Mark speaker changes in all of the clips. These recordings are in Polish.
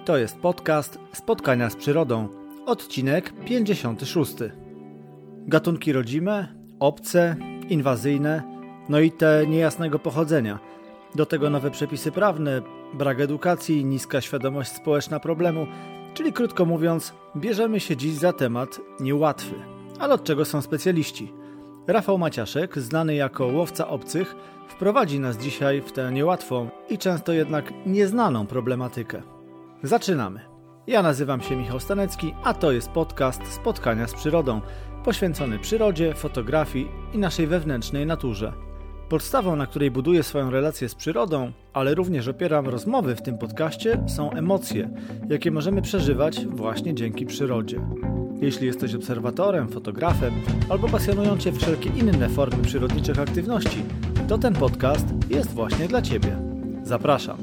Speaker 1: To jest podcast Spotkania z Przyrodą, odcinek 56. Gatunki rodzime, obce, inwazyjne, no i te niejasnego pochodzenia. Do tego nowe przepisy prawne, brak edukacji, niska świadomość społeczna problemu, czyli krótko mówiąc, bierzemy się dziś za temat niełatwy. Ale od czego są specjaliści? Rafał Maciaszek, znany jako łowca obcych, wprowadzi nas dzisiaj w tę niełatwą i często jednak nieznaną problematykę. Zaczynamy. Ja nazywam się Michał Stanecki, a to jest podcast Spotkania z Przyrodą, poświęcony przyrodzie, fotografii i naszej wewnętrznej naturze. Podstawą, na której buduję swoją relację z przyrodą, ale również opieram rozmowy w tym podcaście, są emocje, jakie możemy przeżywać właśnie dzięki przyrodzie. Jeśli jesteś obserwatorem, fotografem albo pasjonują Cię wszelkie inne formy przyrodniczych aktywności, to ten podcast jest właśnie dla Ciebie. Zapraszam.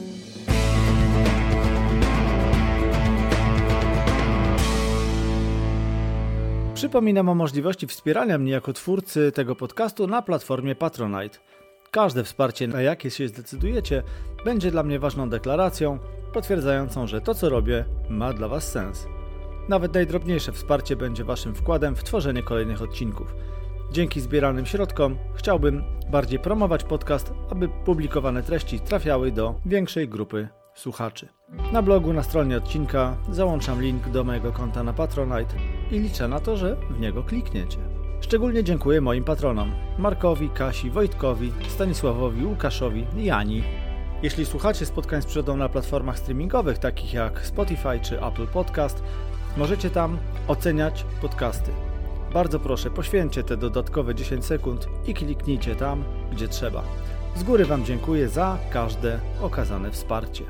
Speaker 1: Przypominam o możliwości wspierania mnie jako twórcy tego podcastu na platformie Patronite. Każde wsparcie, na jakie się zdecydujecie, będzie dla mnie ważną deklaracją, potwierdzającą, że to, co robię, ma dla Was sens. Nawet najdrobniejsze wsparcie będzie Waszym wkładem w tworzenie kolejnych odcinków. Dzięki zbieranym środkom chciałbym bardziej promować podcast, aby publikowane treści trafiały do większej grupy słuchaczy. Na blogu, na stronie odcinka załączam link do mojego konta na Patronite i liczę na to, że w niego klikniecie. Szczególnie dziękuję moim patronom: Markowi, Kasi, Wojtkowi, Stanisławowi, Łukaszowi i Ani. Jeśli słuchacie Spotkań z Przyrodą na platformach streamingowych takich jak Spotify czy Apple Podcast, możecie tam oceniać podcasty. Bardzo proszę, poświęćcie te dodatkowe 10 sekund i kliknijcie tam, gdzie trzeba. Z góry Wam dziękuję za każde okazane wsparcie.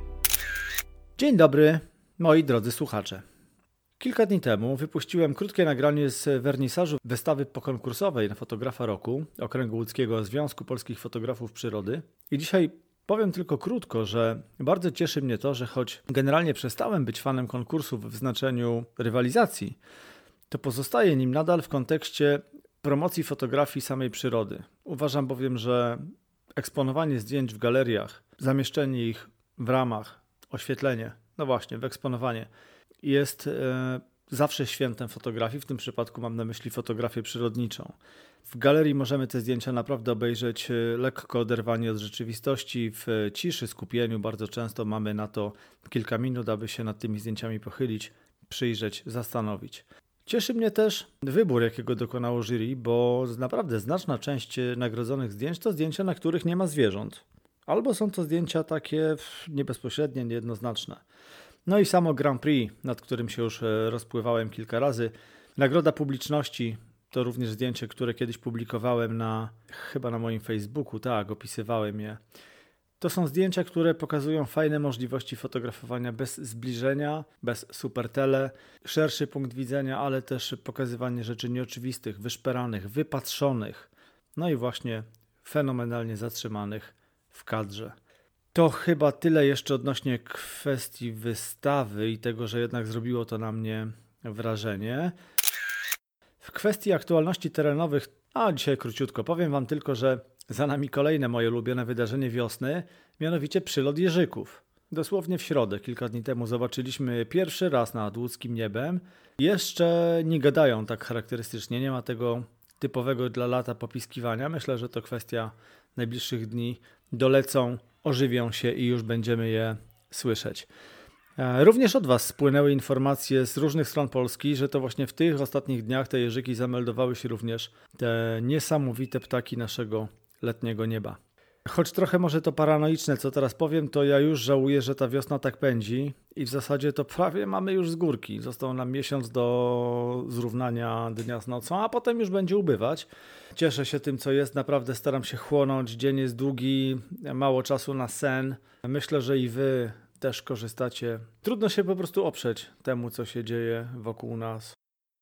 Speaker 1: Dzień dobry, moi drodzy słuchacze. Kilka dni temu wypuściłem krótkie nagranie z wernisażu wystawy pokonkursowej na fotografa roku Okręgu Łódzkiego Związku Polskich Fotografów Przyrody i dzisiaj powiem tylko krótko, że bardzo cieszy mnie to, że choć generalnie przestałem być fanem konkursów w znaczeniu rywalizacji, to pozostaję nim nadal w kontekście promocji fotografii samej przyrody. Uważam bowiem, że eksponowanie zdjęć w galeriach, zamieszczenie ich w ramach, oświetlenie, no właśnie, wyeksponowanie jest zawsze świętem fotografii. W tym przypadku mam na myśli fotografię przyrodniczą. W galerii możemy te zdjęcia naprawdę obejrzeć lekko oderwani od rzeczywistości, w ciszy, skupieniu. Bardzo często mamy na to kilka minut, aby się nad tymi zdjęciami pochylić, przyjrzeć, zastanowić. Cieszy mnie też wybór, jakiego dokonało jury, bo naprawdę znaczna część nagrodzonych zdjęć to zdjęcia, na których nie ma zwierząt. Albo są to zdjęcia takie niebezpośrednie, niejednoznaczne. No i samo Grand Prix, nad którym się już rozpływałem kilka razy. Nagroda publiczności to również zdjęcie, które kiedyś publikowałem chyba na moim Facebooku, tak, opisywałem je. To są zdjęcia, które pokazują fajne możliwości fotografowania bez zbliżenia, bez supertele, szerszy punkt widzenia, ale też pokazywanie rzeczy nieoczywistych, wyszperanych, wypatrzonych, no i właśnie fenomenalnie zatrzymanych w kadrze. To chyba tyle jeszcze odnośnie kwestii wystawy i tego, że jednak zrobiło to na mnie wrażenie. W kwestii aktualności terenowych, dzisiaj króciutko, powiem Wam tylko, że za nami kolejne moje ulubione wydarzenie wiosny, mianowicie przylot jeżyków. Dosłownie w środę, kilka dni temu zobaczyliśmy pierwszy raz nad łódzkim niebem. Jeszcze nie gadają tak charakterystycznie, nie ma tego typowego dla lata popiskiwania. Myślę, że to kwestia najbliższych dni. Dolecą, ożywią się i już będziemy je słyszeć. Również od Was spłynęły informacje z różnych stron Polski, że to właśnie w tych ostatnich dniach te jeżyki zameldowały się również, te niesamowite ptaki naszego letniego nieba. Choć trochę może to paranoiczne, co teraz powiem, to ja już żałuję, że ta wiosna tak pędzi i w zasadzie to prawie mamy już z górki. Został nam miesiąc do zrównania dnia z nocą, a potem już będzie ubywać. Cieszę się tym, co jest, naprawdę staram się chłonąć. Dzień jest długi, mało czasu na sen. Myślę, że i Wy też korzystacie. Trudno się po prostu oprzeć temu, co się dzieje wokół nas.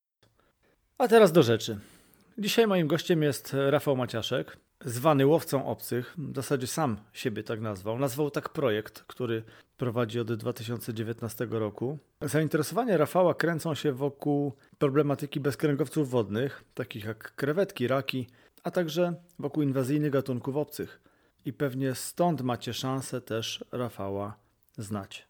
Speaker 1: A teraz do rzeczy. Dzisiaj moim gościem jest Rafał Maciaszek, zwany łowcą obcych. W zasadzie sam siebie tak nazwał. Nazwał tak projekt, który prowadzi od 2019 roku. Zainteresowania Rafała kręcą się wokół problematyki bezkręgowców wodnych, takich jak krewetki, raki, a także wokół inwazyjnych gatunków obcych. I pewnie stąd macie szansę też Rafała znać.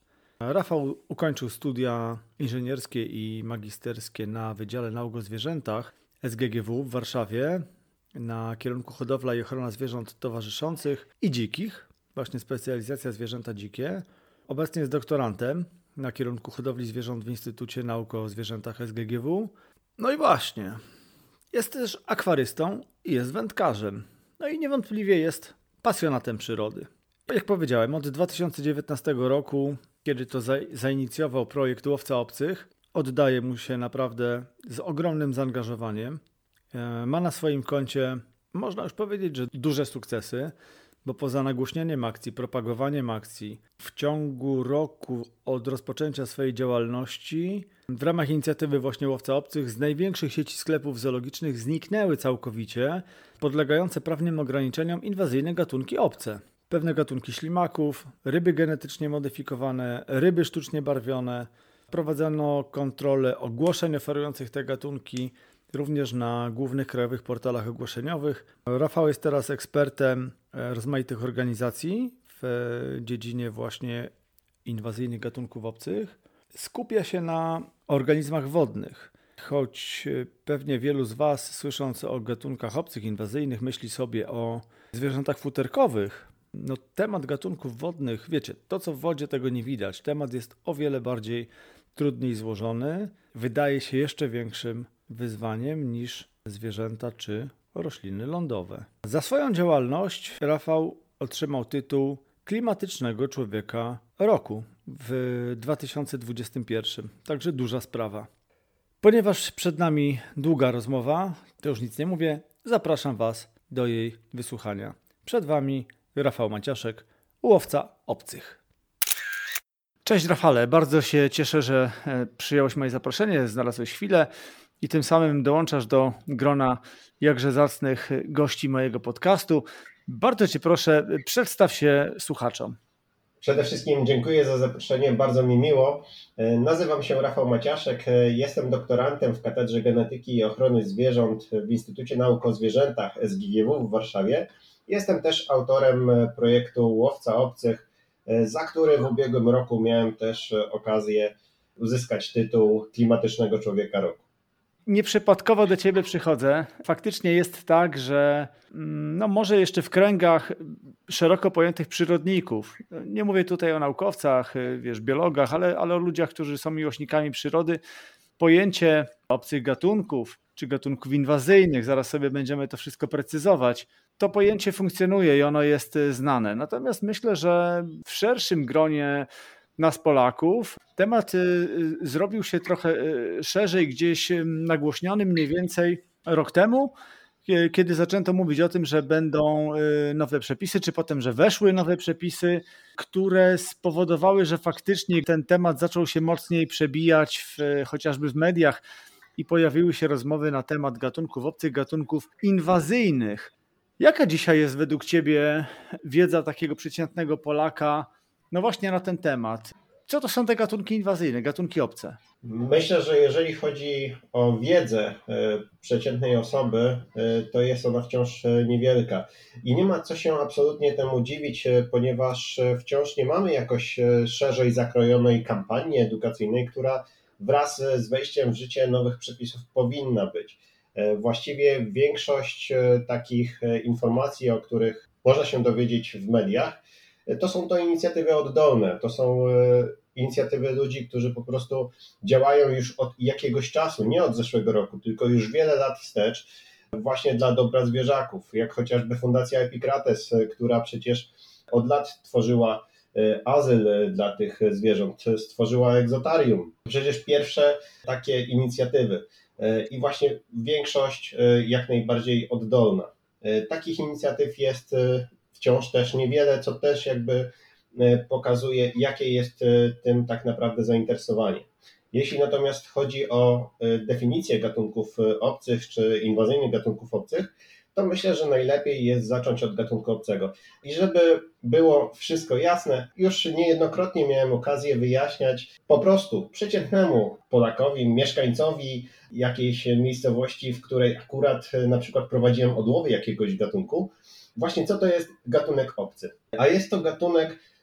Speaker 1: Rafał ukończył studia inżynierskie i magisterskie na Wydziale Nauk o Zwierzętach SGGW w Warszawie na kierunku hodowla i ochrona zwierząt towarzyszących i dzikich, właśnie specjalizacja zwierzęta dzikie. Obecnie jest doktorantem na kierunku hodowli zwierząt w Instytucie Nauk o Zwierzętach SGGW. No i właśnie, jest też akwarystą i jest wędkarzem. No i niewątpliwie jest pasjonatem przyrody. Jak powiedziałem, od 2019 roku, kiedy to zainicjował projekt Łowca Obcych, oddaje mu się naprawdę z ogromnym zaangażowaniem. Ma na swoim koncie, można już powiedzieć, że duże sukcesy, bo poza nagłośnieniem akcji, propagowaniem akcji, w ciągu roku od rozpoczęcia swojej działalności, w ramach inicjatywy właśnie Łowca Obcych, z największych sieci sklepów zoologicznych zniknęły całkowicie podlegające prawnym ograniczeniom inwazyjne gatunki obce. Pewne gatunki ślimaków, ryby genetycznie modyfikowane, ryby sztucznie barwione. Wprowadzono kontrolę ogłoszeń oferujących te gatunki również na głównych krajowych portalach ogłoszeniowych. Rafał jest teraz ekspertem rozmaitych organizacji w dziedzinie właśnie inwazyjnych gatunków obcych. Skupia się na organizmach wodnych. Choć pewnie wielu z Was, słysząc o gatunkach obcych, inwazyjnych, myśli sobie o zwierzętach futerkowych. No, temat gatunków wodnych, wiecie, to co w wodzie, tego nie widać. Temat jest o wiele bardziej trudny i złożony. Wydaje się jeszcze większym wyzwaniem niż zwierzęta czy rośliny lądowe. Za swoją działalność Rafał otrzymał tytuł Klimatycznego Człowieka Roku w 2021. Także duża sprawa. Ponieważ przed nami długa rozmowa, to już nic nie mówię, zapraszam Was do jej wysłuchania. Przed Wami Rafał Maciaszek, Łowca Obcych. Cześć Rafale, bardzo się cieszę, że przyjąłeś moje zaproszenie, znalazłeś chwilę i tym samym dołączasz do grona jakże zacnych gości mojego podcastu. Bardzo Cię proszę, przedstaw się słuchaczom.
Speaker 2: Przede wszystkim dziękuję za zaproszenie, bardzo mi miło. Nazywam się Rafał Maciaszek, jestem doktorantem w Katedrze Genetyki i Ochrony Zwierząt w Instytucie Nauk o Zwierzętach SGGW w Warszawie. Jestem też autorem projektu Łowca Obcych, za który w ubiegłym roku miałem też okazję uzyskać tytuł Klimatycznego Człowieka Roku.
Speaker 1: Nieprzypadkowo do Ciebie przychodzę. Faktycznie jest tak, że może jeszcze w kręgach szeroko pojętych przyrodników, nie mówię tutaj o naukowcach, biologach, ale o ludziach, którzy są miłośnikami przyrody, pojęcie obcych gatunków czy gatunków inwazyjnych, zaraz sobie będziemy to wszystko precyzować, to pojęcie funkcjonuje i ono jest znane. Natomiast myślę, że w szerszym gronie nas Polaków temat zrobił się trochę szerzej gdzieś nagłośniony mniej więcej rok temu, kiedy zaczęto mówić o tym, że będą nowe przepisy, czy potem, że weszły nowe przepisy, które spowodowały, że faktycznie ten temat zaczął się mocniej przebijać chociażby w mediach i pojawiły się rozmowy na temat gatunków obcych, gatunków inwazyjnych. Jaka dzisiaj jest według Ciebie wiedza takiego przeciętnego Polaka, no właśnie na ten temat? Co to są te gatunki inwazyjne, gatunki obce?
Speaker 2: Myślę, że jeżeli chodzi o wiedzę przeciętnej osoby, to jest ona wciąż niewielka. I nie ma co się absolutnie temu dziwić, ponieważ wciąż nie mamy jakoś szerzej zakrojonej kampanii edukacyjnej, która wraz z wejściem w życie nowych przepisów powinna być. Właściwie większość takich informacji, o których można się dowiedzieć w mediach, to są to inicjatywy oddolne, to są inicjatywy ludzi, którzy po prostu działają już od jakiegoś czasu, nie od zeszłego roku, tylko już wiele lat wstecz, właśnie dla dobra zwierzaków, jak chociażby Fundacja Epicrates, która przecież od lat tworzyła azyl dla tych zwierząt, stworzyła egzotarium. Przecież pierwsze takie inicjatywy i właśnie większość jak najbardziej oddolna. Takich inicjatyw jest wciąż też niewiele, co też jakby pokazuje, jakie jest tym tak naprawdę zainteresowanie. Jeśli natomiast chodzi o definicję gatunków obcych czy inwazyjnych gatunków obcych, to myślę, że najlepiej jest zacząć od gatunku obcego. I żeby było wszystko jasne, już niejednokrotnie miałem okazję wyjaśniać po prostu przeciętnemu Polakowi, mieszkańcowi jakiejś miejscowości, w której akurat na przykład prowadziłem odłowy jakiegoś gatunku, właśnie co to jest gatunek obcy. A jest to gatunek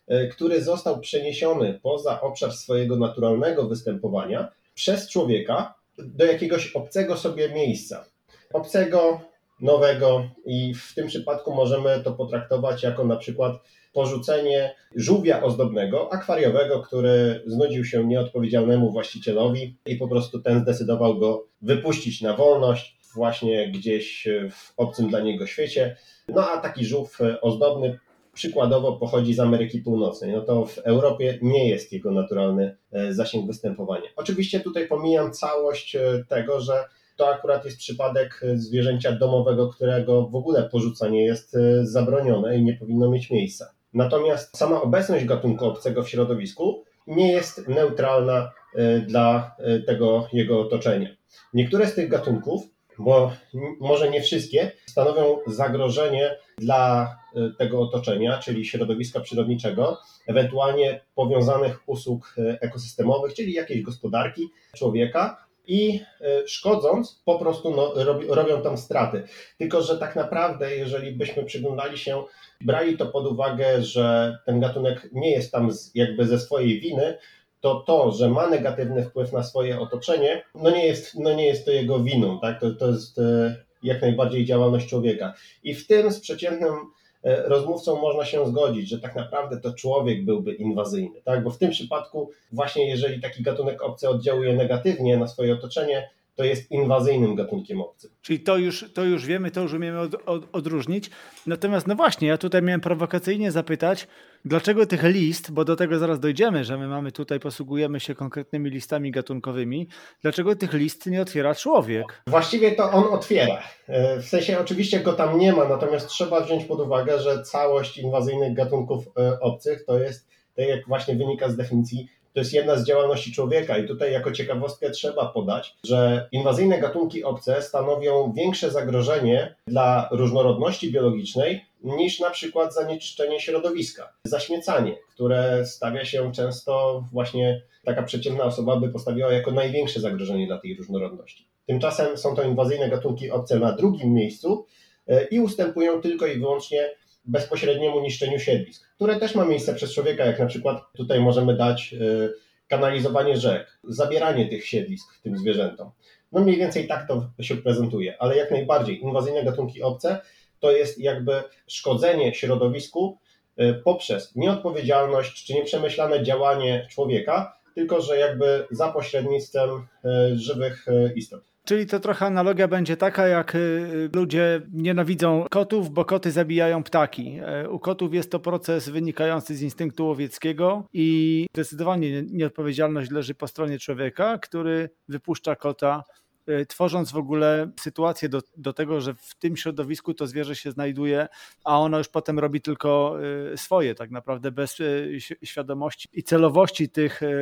Speaker 2: który został przeniesiony poza obszar swojego naturalnego występowania przez człowieka do jakiegoś obcego sobie miejsca. Obcego, nowego i w tym przypadku możemy to potraktować jako na przykład porzucenie żółwia ozdobnego, akwariowego, który znudził się nieodpowiedzialnemu właścicielowi i po prostu ten zdecydował go wypuścić na wolność właśnie gdzieś w obcym dla niego świecie. No a taki żółw ozdobny przykładowo pochodzi z Ameryki Północnej, no to w Europie nie jest jego naturalny zasięg występowania. Oczywiście tutaj pomijam całość tego, że to akurat jest przypadek zwierzęcia domowego, którego w ogóle porzucanie jest zabronione i nie powinno mieć miejsca. Natomiast sama obecność gatunku obcego w środowisku nie jest neutralna dla tego jego otoczenia. Niektóre z tych gatunków, bo może nie wszystkie, stanowią zagrożenie dla tego otoczenia, czyli środowiska przyrodniczego, ewentualnie powiązanych usług ekosystemowych, czyli jakiejś gospodarki człowieka i szkodząc po prostu robią tam straty. Tylko że tak naprawdę, jeżeli byśmy przyglądali się, brali to pod uwagę, że ten gatunek nie jest tam jakby ze swojej winy, to, że ma negatywny wpływ na swoje otoczenie, nie jest to jego winą, tak? To jest jak najbardziej działalność człowieka. I w tym z przeciętnym rozmówcą można się zgodzić, że tak naprawdę to człowiek byłby inwazyjny, tak? Bo w tym przypadku właśnie jeżeli taki gatunek obcy oddziałuje negatywnie na swoje otoczenie, to jest inwazyjnym gatunkiem obcym.
Speaker 1: Czyli to już wiemy, to już umiemy odróżnić. Natomiast no właśnie, ja tutaj miałem prowokacyjnie zapytać, dlaczego tych list, bo do tego zaraz dojdziemy, że my mamy tutaj, posługujemy się konkretnymi listami gatunkowymi, dlaczego tych list nie otwiera człowiek?
Speaker 2: Właściwie to on otwiera. W sensie oczywiście go tam nie ma, natomiast trzeba wziąć pod uwagę, że całość inwazyjnych gatunków obcych to jest, tak jak właśnie wynika z definicji, to jest jedna z działalności człowieka i tutaj jako ciekawostkę trzeba podać, że inwazyjne gatunki obce stanowią większe zagrożenie dla różnorodności biologicznej niż na przykład zanieczyszczenie środowiska. Zaśmiecanie, które stawia się często właśnie taka przeciętna osoba by postawiła jako największe zagrożenie dla tej różnorodności. Tymczasem są to inwazyjne gatunki obce na drugim miejscu i ustępują tylko i wyłącznie bezpośredniemu niszczeniu siedlisk, które też ma miejsce przez człowieka, jak na przykład tutaj możemy dać kanalizowanie rzek, zabieranie tych siedlisk tym zwierzętom. No mniej więcej tak to się prezentuje, ale jak najbardziej inwazyjne gatunki obce to jest jakby szkodzenie środowisku poprzez nieodpowiedzialność czy nieprzemyślane działanie człowieka, tylko że jakby za pośrednictwem żywych istot.
Speaker 1: Czyli to trochę analogia będzie taka, jak ludzie nienawidzą kotów, bo koty zabijają ptaki. U kotów jest to proces wynikający z instynktu łowieckiego i zdecydowanie nieodpowiedzialność leży po stronie człowieka, który wypuszcza kota, tworząc w ogóle sytuację do tego, że w tym środowisku to zwierzę się znajduje, a ono już potem robi tylko swoje, tak naprawdę bez świadomości i celowości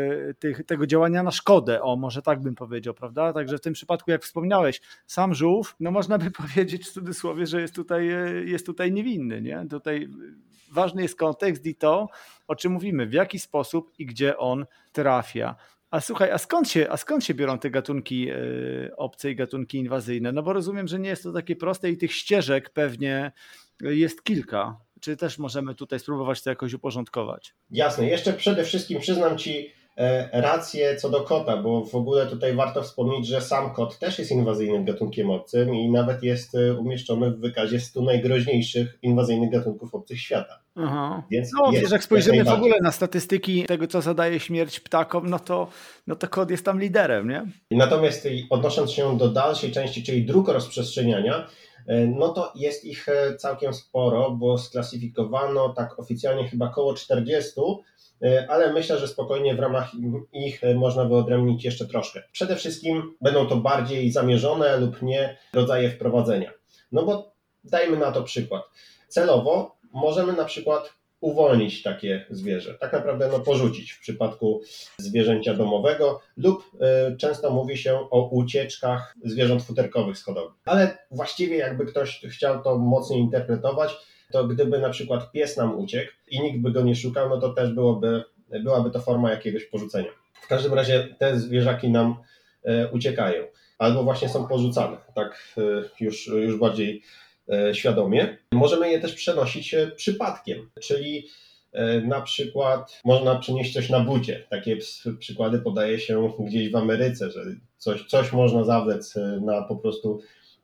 Speaker 1: tego działania na szkodę, może tak bym powiedział, prawda? Także w tym przypadku, jak wspomniałeś, sam żółw, no można by powiedzieć w cudzysłowie, że jest tutaj niewinny, nie? Tutaj ważny jest kontekst i to, o czym mówimy, w jaki sposób i gdzie on trafia. A słuchaj, a skąd się biorą te gatunki obce i gatunki inwazyjne? No bo rozumiem, że nie jest to takie proste i tych ścieżek pewnie jest kilka. Czy też możemy tutaj spróbować to jakoś uporządkować?
Speaker 2: Jasne. Jeszcze przede wszystkim przyznam Ci rację co do kota, bo w ogóle tutaj warto wspomnieć, że sam kot też jest inwazyjnym gatunkiem obcym i nawet jest umieszczony w wykazie 100 najgroźniejszych inwazyjnych gatunków obcych świata.
Speaker 1: Aha. Więc wiesz, jak spojrzymy w ogóle na statystyki tego, co zadaje śmierć ptakom, no to kot jest tam liderem, nie?
Speaker 2: Natomiast odnosząc się do dalszej części, czyli dróg rozprzestrzeniania, no to jest ich całkiem sporo, bo sklasyfikowano tak oficjalnie chyba około 40, ale myślę, że spokojnie w ramach ich można wyodrębnić jeszcze troszkę. Przede wszystkim będą to bardziej zamierzone lub nie rodzaje wprowadzenia. No bo dajmy na to przykład. Celowo możemy na przykład uwolnić takie zwierzę, tak naprawdę porzucić w przypadku zwierzęcia domowego lub często mówi się o ucieczkach zwierząt futerkowych z hodowli. Ale właściwie jakby ktoś chciał to mocniej interpretować, to gdyby na przykład pies nam uciekł i nikt by go nie szukał, no to też byłaby to forma jakiegoś porzucenia. W każdym razie te zwierzaki nam uciekają albo właśnie są porzucane, tak już bardziej świadomie. Możemy je też przenosić przypadkiem, czyli Na przykład można przynieść coś na bucie. Takie przykłady podaje się gdzieś w Ameryce, że coś można zawlec na po prostu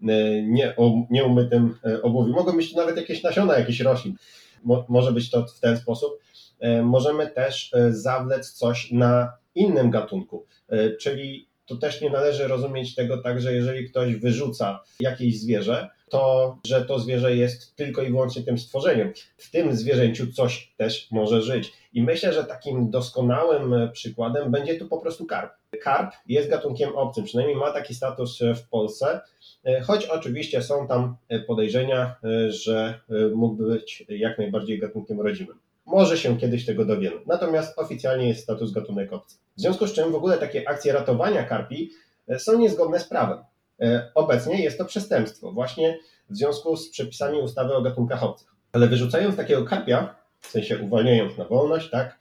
Speaker 2: nieumytym obuwiu. Mogą być to nawet jakieś nasiona, jakichś roślin. Może być to w ten sposób. Możemy też zawlec coś na innym gatunku, czyli to też nie należy rozumieć tego tak, że jeżeli ktoś wyrzuca jakieś zwierzę, to że to zwierzę jest tylko i wyłącznie tym stworzeniem. W tym zwierzęciu coś też może żyć. I myślę, że takim doskonałym przykładem będzie tu po prostu karp. Karp jest gatunkiem obcym, przynajmniej ma taki status w Polsce, choć oczywiście są tam podejrzenia, że mógłby być jak najbardziej gatunkiem rodzimym. Może się kiedyś tego dowiemy. Natomiast oficjalnie jest status gatunek obcy. W związku z czym w ogóle takie akcje ratowania karpi są niezgodne z prawem. Obecnie jest to przestępstwo właśnie w związku z przepisami ustawy o gatunkach obcych. Ale wyrzucając takiego karpia, w sensie uwalniając na wolność, tak,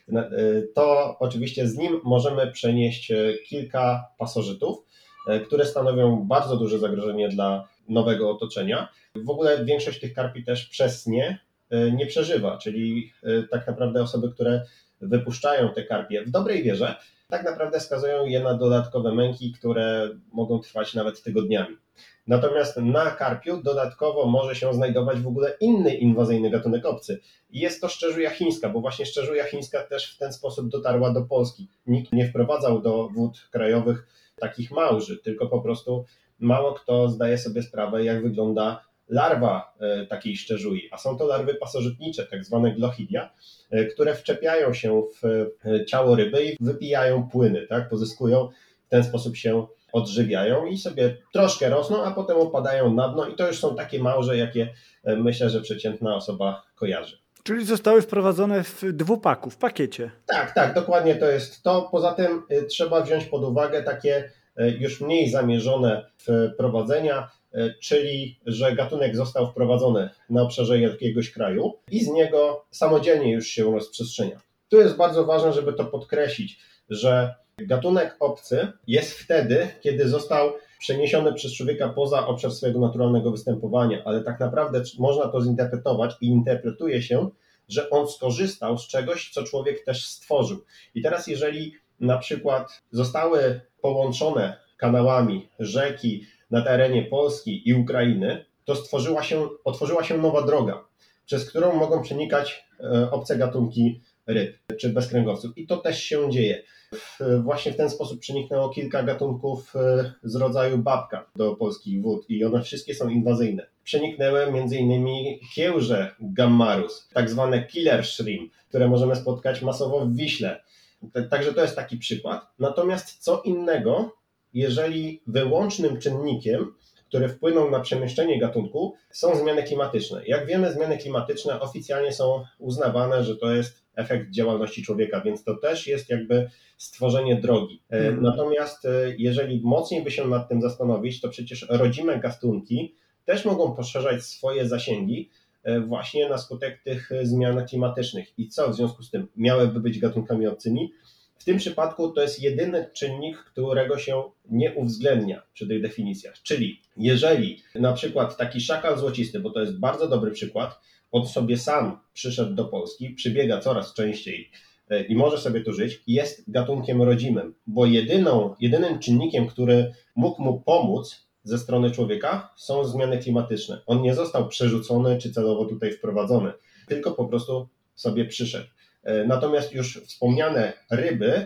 Speaker 2: to oczywiście z nim możemy przenieść kilka pasożytów, które stanowią bardzo duże zagrożenie dla nowego otoczenia. W ogóle większość tych karpi też przez nie przeżywa, czyli tak naprawdę osoby, które wypuszczają te karpie w dobrej wierze, tak naprawdę skazują je na dodatkowe męki, które mogą trwać nawet tygodniami. Natomiast na karpiu dodatkowo może się znajdować w ogóle inny inwazyjny gatunek obcy. I jest to szczerzuja chińska, bo właśnie szczerzuja chińska też w ten sposób dotarła do Polski. Nikt nie wprowadzał do wód krajowych takich małży, tylko po prostu mało kto zdaje sobie sprawę, jak wygląda larwa takiej szczerzui, a są to larwy pasożytnicze, tak zwane glochidia, które wczepiają się w ciało ryby i wypijają płyny, tak? Pozyskują, w ten sposób się odżywiają i sobie troszkę rosną, a potem opadają na dno i to już są takie małże, jakie myślę, że przeciętna osoba kojarzy.
Speaker 1: Czyli zostały wprowadzone w dwupaku, w pakiecie.
Speaker 2: Tak, dokładnie to jest to. Poza tym trzeba wziąć pod uwagę takie już mniej zamierzone wprowadzenia, czyli że gatunek został wprowadzony na obszarze jakiegoś kraju i z niego samodzielnie już się rozprzestrzenia. Tu jest bardzo ważne, żeby to podkreślić, że gatunek obcy jest wtedy, kiedy został przeniesiony przez człowieka poza obszar swojego naturalnego występowania, ale tak naprawdę można to zinterpretować i interpretuje się, że on skorzystał z czegoś, co człowiek też stworzył. I teraz jeżeli na przykład zostały połączone kanałami rzeki na terenie Polski i Ukrainy, to otworzyła się nowa droga, przez którą mogą przenikać obce gatunki ryb czy bezkręgowców. I to też się dzieje. Właśnie w ten sposób przeniknęło kilka gatunków z rodzaju babka do polskich wód i one wszystkie są inwazyjne. Przeniknęły m.in. kiełże gammarus, tak zwane killer shrimp, które możemy spotkać masowo w Wiśle. Także to jest taki przykład. Natomiast co innego, jeżeli wyłącznym czynnikiem, które wpłyną na przemieszczenie gatunku, są zmiany klimatyczne. Jak wiemy, zmiany klimatyczne oficjalnie są uznawane, że to jest efekt działalności człowieka, więc to też jest jakby stworzenie drogi. Natomiast jeżeli mocniej by się nad tym zastanowić, to przecież rodzime gatunki też mogą poszerzać swoje zasięgi właśnie na skutek tych zmian klimatycznych. I co w związku z tym miałyby być gatunkami obcymi? W tym przypadku to jest jedyny czynnik, którego się nie uwzględnia przy tych definicjach. Czyli jeżeli na przykład taki szakal złocisty, bo to jest bardzo dobry przykład, on sobie sam przyszedł do Polski, przybiega coraz częściej i może sobie tu żyć, jest gatunkiem rodzimym, bo jedynym czynnikiem, który mógł mu pomóc ze strony człowieka, są zmiany klimatyczne. On nie został przerzucony czy celowo tutaj wprowadzony, tylko po prostu sobie przyszedł. Natomiast już wspomniane ryby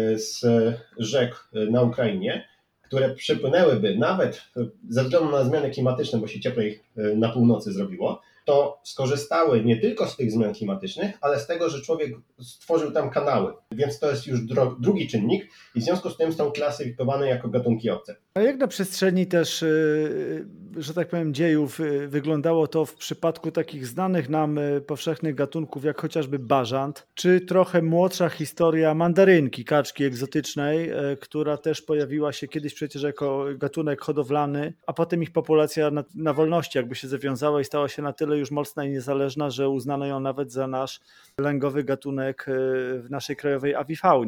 Speaker 2: z rzek na Ukrainie, które przypłynęłyby nawet ze względu na zmiany klimatyczne, bo się cieplej na północy zrobiło, to skorzystały nie tylko z tych zmian klimatycznych, ale z tego, że człowiek stworzył tam kanały. Więc to jest już drugi czynnik i w związku z tym są klasyfikowane jako gatunki obce.
Speaker 1: A jak na przestrzeni też, że tak powiem, dziejów wyglądało to w przypadku takich znanych nam powszechnych gatunków, jak chociażby bażant, czy trochę młodsza historia mandarynki, kaczki egzotycznej, która też pojawiła się kiedyś przecież jako gatunek hodowlany, a potem ich populacja na wolności jakby się zawiązała i stała się na tyle już mocna i niezależna, że uznano ją nawet za nasz lęgowy gatunek w naszej krajowej awifaunie.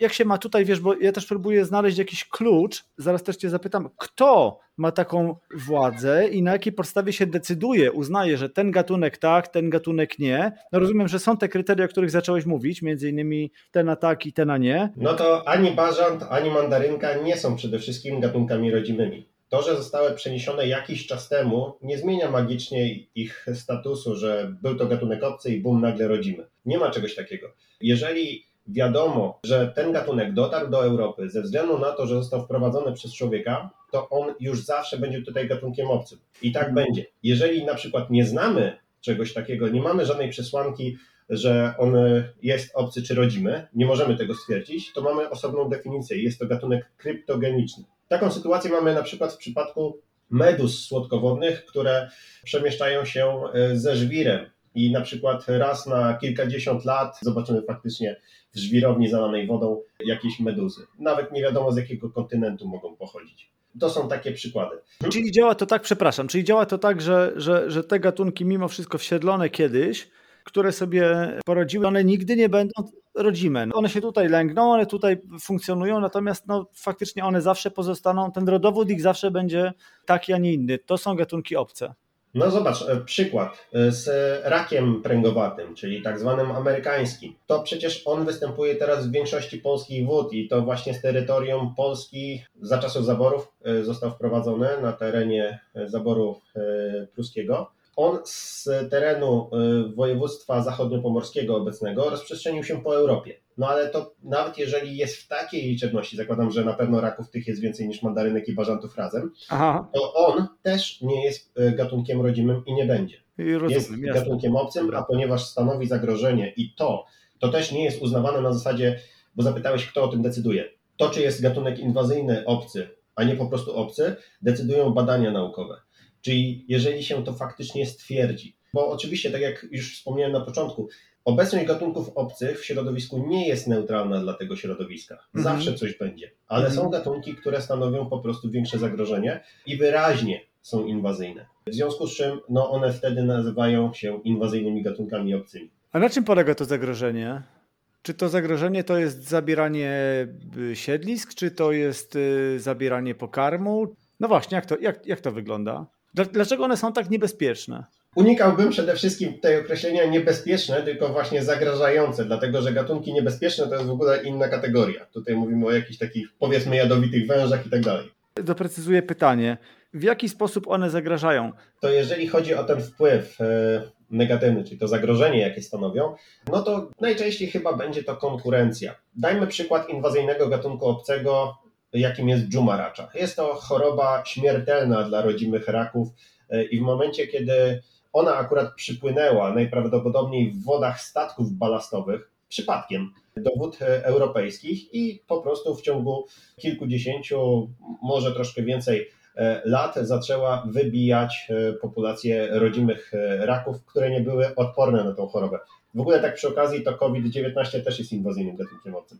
Speaker 1: jak się ma tutaj, wiesz, bo ja też próbuję znaleźć jakiś klucz, zaraz też cię zapytam, kto ma taką władzę i na jakiej podstawie się decyduje, uznaje, że ten gatunek tak, ten gatunek nie. No rozumiem, że są te kryteria, o których zacząłeś mówić, między innymi te na tak i te na nie.
Speaker 2: No to ani bażant, ani mandarynka nie są przede wszystkim gatunkami rodzimymi. To, że zostały przeniesione jakiś czas temu, nie zmienia magicznie ich statusu, że był to gatunek obcy i bum, nagle rodzimy. Nie ma czegoś takiego. Jeżeli wiadomo, że ten gatunek dotarł do Europy ze względu na to, że został wprowadzony przez człowieka, to on już zawsze będzie tutaj gatunkiem obcym. I tak będzie. Jeżeli na przykład nie znamy czegoś takiego, nie mamy żadnej przesłanki, że on jest obcy czy rodzimy, nie możemy tego stwierdzić, to mamy osobną definicję. Jest to gatunek kryptogeniczny. Taką sytuację mamy na przykład w przypadku meduz słodkowodnych, które przemieszczają się ze żwirem i na przykład raz na kilkadziesiąt lat zobaczymy faktycznie w żwirowni zalanej wodą jakieś meduzy. Nawet nie wiadomo, z jakiego kontynentu mogą pochodzić. To są takie przykłady.
Speaker 1: Czyli działa to tak, przepraszam, czyli działa to tak, że te gatunki mimo wszystko wsiedlone kiedyś, które sobie porodziły, one nigdy nie będą rodzime. One się tutaj lęgną, one tutaj funkcjonują, natomiast faktycznie one zawsze pozostaną, ten rodowód ich zawsze będzie taki, a nie inny. To są gatunki obce.
Speaker 2: No zobacz, przykład z rakiem pręgowatym, czyli tak zwanym amerykańskim. To przecież on występuje teraz w większości polskich wód i to właśnie z terytorium Polski za czasów zaborów został wprowadzony na terenie zaboru pruskiego. On z terenu województwa zachodniopomorskiego obecnego rozprzestrzenił się po Europie. No ale to nawet jeżeli jest w takiej liczebności, zakładam, że na pewno raków tych jest więcej niż mandarynek i bażantów razem, to on też nie jest gatunkiem rodzimym i nie będzie. Jest gatunkiem obcym, a ponieważ stanowi zagrożenie i to też nie jest uznawane na zasadzie, bo zapytałeś, kto o tym decyduje. To, czy jest gatunek inwazyjny obcy, a nie po prostu obcy, decydują badania naukowe. Czyli jeżeli się to faktycznie stwierdzi, bo oczywiście, tak jak już wspomniałem na początku, obecność gatunków obcych w środowisku nie jest neutralna dla tego środowiska. Zawsze coś będzie, ale są gatunki, które stanowią po prostu większe zagrożenie i wyraźnie są inwazyjne. W związku z czym one wtedy nazywają się inwazyjnymi gatunkami obcymi.
Speaker 1: A na czym polega to zagrożenie? Czy to zagrożenie to jest zabieranie siedlisk, czy to jest zabieranie pokarmu? No właśnie, jak to wygląda? Dlaczego one są tak niebezpieczne?
Speaker 2: Unikałbym przede wszystkim tej określenia niebezpieczne, tylko właśnie zagrażające, dlatego że gatunki niebezpieczne to jest w ogóle inna kategoria. Tutaj mówimy o jakichś takich, powiedzmy, jadowitych wężach i tak dalej.
Speaker 1: Doprecyzuję pytanie. W jaki sposób one zagrażają?
Speaker 2: To jeżeli chodzi o ten wpływ negatywny, czyli to zagrożenie, jakie stanowią, no to najczęściej chyba będzie to konkurencja. Dajmy przykład inwazyjnego gatunku obcego, jakim jest dżuma racza. Jest to choroba śmiertelna dla rodzimych raków i w momencie, kiedy ona akurat przypłynęła najprawdopodobniej w wodach statków balastowych, przypadkiem, do wód europejskich i po prostu w ciągu kilkudziesięciu, może troszkę więcej lat zaczęła wybijać populację rodzimych raków, które nie były odporne na tą chorobę. W ogóle tak przy okazji to COVID-19 też jest inwazyjnym gatunkiem obcym.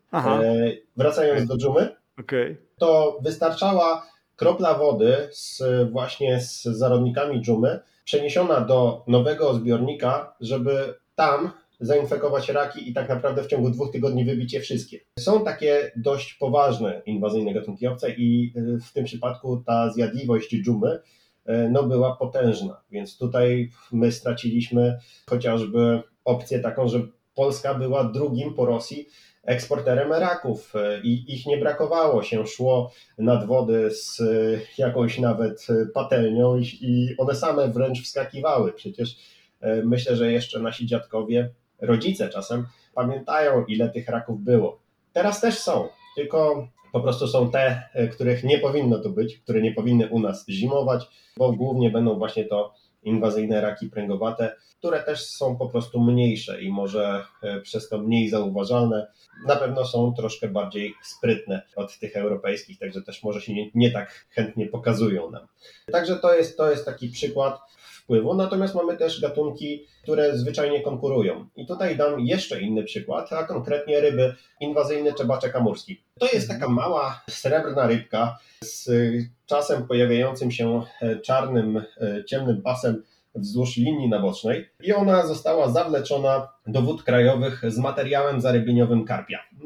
Speaker 2: Wracając do dżumy, to wystarczała kropla wody właśnie z zarodnikami dżumy, przeniesiona do nowego zbiornika, żeby tam zainfekować raki i tak naprawdę w ciągu 2 tygodni wybić je wszystkie. Są takie dość poważne inwazyjne gatunki obce i w tym przypadku ta zjadliwość dżumy była potężna, więc tutaj my straciliśmy chociażby opcję taką, że Polska była drugim po Rosji eksporterem raków i ich nie brakowało. Się szło nad wody z jakąś nawet patelnią i one same wręcz wskakiwały. Przecież myślę, że jeszcze nasi dziadkowie, rodzice czasem pamiętają, ile tych raków było. Teraz też są, tylko po prostu są te, których nie powinno tu być, które nie powinny u nas zimować, bo głównie będą właśnie to inwazyjne raki pręgowate, które też są po prostu mniejsze i może przez to mniej zauważalne. Na pewno są troszkę bardziej sprytne od tych europejskich, także też może się nie tak chętnie pokazują nam. Także to jest taki przykład wpływu, natomiast mamy też gatunki, które zwyczajnie konkurują. I tutaj dam jeszcze inny przykład, a konkretnie ryby inwazyjne czebaczek amurski. To jest taka mała srebrna rybka z czasem pojawiającym się czarnym, ciemnym pasem wzdłuż linii nabocznej i ona została zawleczona do wód krajowych z materiałem zarybieniowym karpia.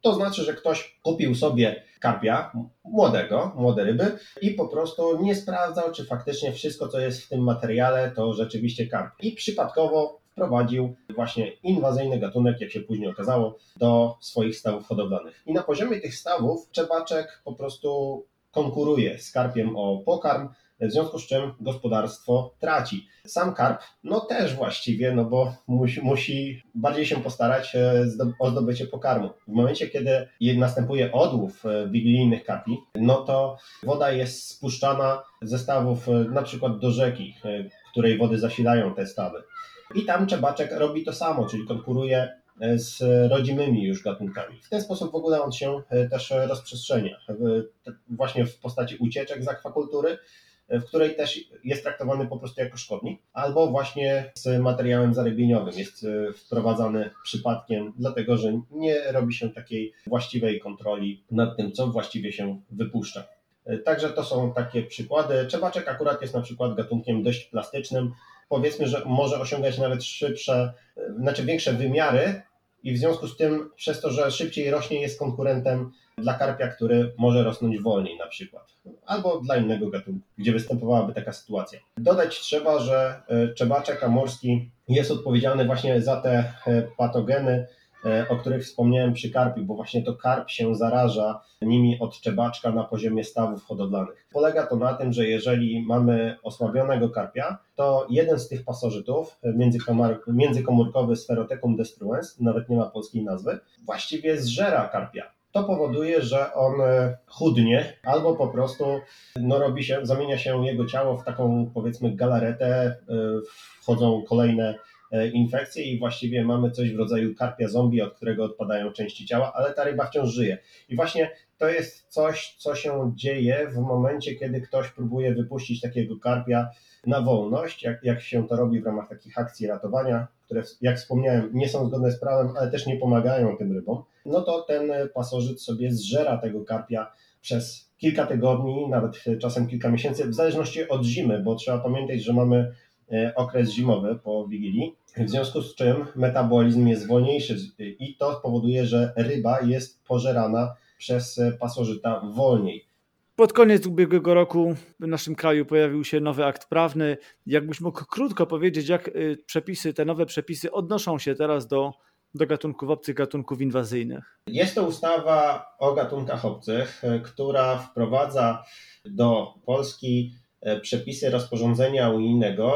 Speaker 2: To znaczy, że ktoś kupił sobie karpia młode ryby i po prostu nie sprawdzał, czy faktycznie wszystko, co jest w tym materiale, to rzeczywiście karp. I przypadkowo wprowadził właśnie inwazyjny gatunek, jak się później okazało, do swoich stawów hodowlanych. I na poziomie tych stawów czebaczek po prostu konkuruje z karpiem o pokarm, w związku z czym gospodarstwo traci. Sam karp, no też właściwie, no bo musi bardziej się postarać o zdobycie pokarmu. W momencie, kiedy następuje odłów wigilijnych karpi, no to woda jest spuszczana ze stawów na przykład do rzeki, której wody zasilają te stawy. I tam czebaczek robi to samo, czyli konkuruje z rodzimymi już gatunkami. W ten sposób w ogóle on się też rozprzestrzenia, właśnie w postaci ucieczek z akwakultury, w której też jest traktowany po prostu jako szkodnik, albo właśnie z materiałem zarybieniowym jest wprowadzany przypadkiem, dlatego że nie robi się takiej właściwej kontroli nad tym, co właściwie się wypuszcza. Także to są takie przykłady. Czebaczek akurat jest na przykład gatunkiem dość plastycznym. Powiedzmy, że może osiągać nawet większe wymiary i w związku z tym, przez to, że szybciej rośnie, jest konkurentem dla karpia, który może rosnąć wolniej na przykład, albo dla innego gatunku, gdzie występowałaby taka sytuacja. Dodać trzeba, że czebaczek amurski jest odpowiedzialny właśnie za te patogeny, o których wspomniałem przy karpiu, bo właśnie to karp się zaraża nimi od czebaczka na poziomie stawów hodowlanych. Polega to na tym, że jeżeli mamy osłabionego karpia, to jeden z tych pasożytów, międzykomórkowy Sphaerothecum destruens, nawet nie ma polskiej nazwy, właściwie zżera karpia. To powoduje, że on chudnie albo po prostu zamienia się jego ciało w taką, powiedzmy, galaretę, wchodzą kolejne infekcje i właściwie mamy coś w rodzaju karpia zombie, od którego odpadają części ciała, ale ta ryba wciąż żyje. I właśnie to jest coś, co się dzieje w momencie, kiedy ktoś próbuje wypuścić takiego karpia na wolność, jak się to robi w ramach takich akcji ratowania, które, jak wspomniałem, nie są zgodne z prawem, ale też nie pomagają tym rybom, no to ten pasożyt sobie zżera tego karpia przez kilka tygodni, nawet czasem kilka miesięcy, w zależności od zimy, bo trzeba pamiętać, że mamy okres zimowy po Wigilii, w związku z czym metabolizm jest wolniejszy i to powoduje, że ryba jest pożerana przez pasożyta wolniej.
Speaker 1: Pod koniec ubiegłego roku w naszym kraju pojawił się nowy akt prawny. Jakbyś mógł krótko powiedzieć, jak te nowe przepisy odnoszą się teraz do gatunków obcych, gatunków inwazyjnych?
Speaker 2: Jest to ustawa o gatunkach obcych, która wprowadza do Polski przepisy rozporządzenia unijnego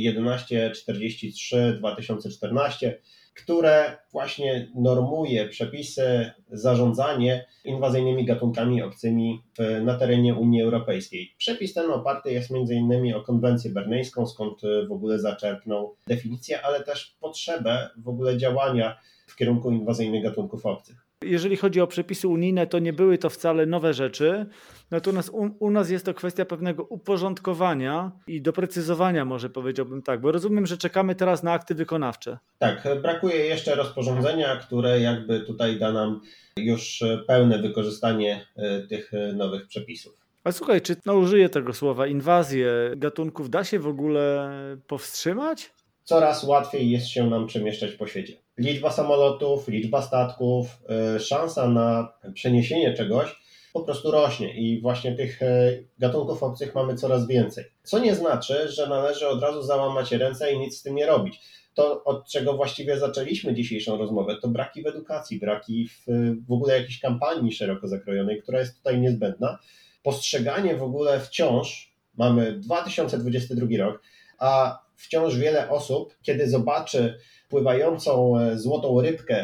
Speaker 2: 1143/2014, które właśnie normuje przepisy, zarządzanie inwazyjnymi gatunkami obcymi na terenie Unii Europejskiej. Przepis ten oparty jest m.in. o konwencję berneńską, skąd w ogóle zaczerpnął definicję, ale też potrzebę w ogóle działania w kierunku inwazyjnych gatunków obcych.
Speaker 1: Jeżeli chodzi o przepisy unijne, to nie były to wcale nowe rzeczy, natomiast u nas jest to kwestia pewnego uporządkowania i doprecyzowania, może powiedziałbym tak, bo rozumiem, że czekamy teraz na akty wykonawcze.
Speaker 2: Tak, brakuje jeszcze rozporządzenia, które jakby tutaj da nam już pełne wykorzystanie tych nowych przepisów.
Speaker 1: A słuchaj, czy użyję tego słowa, inwazję gatunków da się w ogóle powstrzymać?
Speaker 2: Coraz łatwiej jest się nam przemieszczać po świecie. Liczba samolotów, liczba statków, szansa na przeniesienie czegoś po prostu rośnie i właśnie tych gatunków obcych mamy coraz więcej. Co nie znaczy, że należy od razu załamać ręce i nic z tym nie robić. To, od czego właściwie zaczęliśmy dzisiejszą rozmowę, to braki w edukacji, braki w ogóle jakiejś kampanii szeroko zakrojonej, która jest tutaj niezbędna. Postrzeganie w ogóle wciąż, mamy 2022 rok, a wciąż wiele osób, kiedy zobaczy pływającą złotą rybkę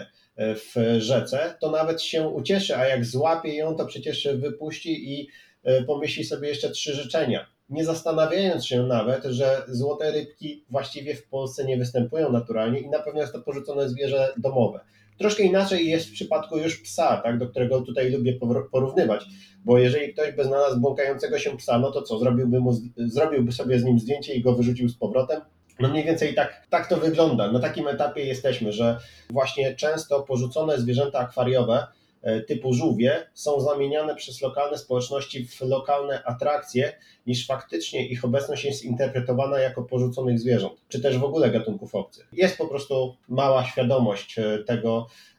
Speaker 2: w rzece, to nawet się ucieszy, a jak złapie ją, to przecież wypuści i pomyśli sobie jeszcze 3 życzenia. Nie zastanawiając się nawet, że złote rybki właściwie w Polsce nie występują naturalnie i na pewno jest to porzucone zwierzę domowe. Troszkę inaczej jest w przypadku już psa, tak, do którego tutaj lubię porównywać, bo jeżeli ktoś by znalazł błąkającego się psa, no to co, zrobiłby sobie z nim zdjęcie i go wyrzucił z powrotem? No mniej więcej tak to wygląda. Na takim etapie jesteśmy, że właśnie często porzucone zwierzęta akwariowe typu żółwie są zamieniane przez lokalne społeczności w lokalne atrakcje, niż faktycznie ich obecność jest interpretowana jako porzuconych zwierząt, czy też w ogóle gatunków obcych. Jest po prostu mała świadomość tego,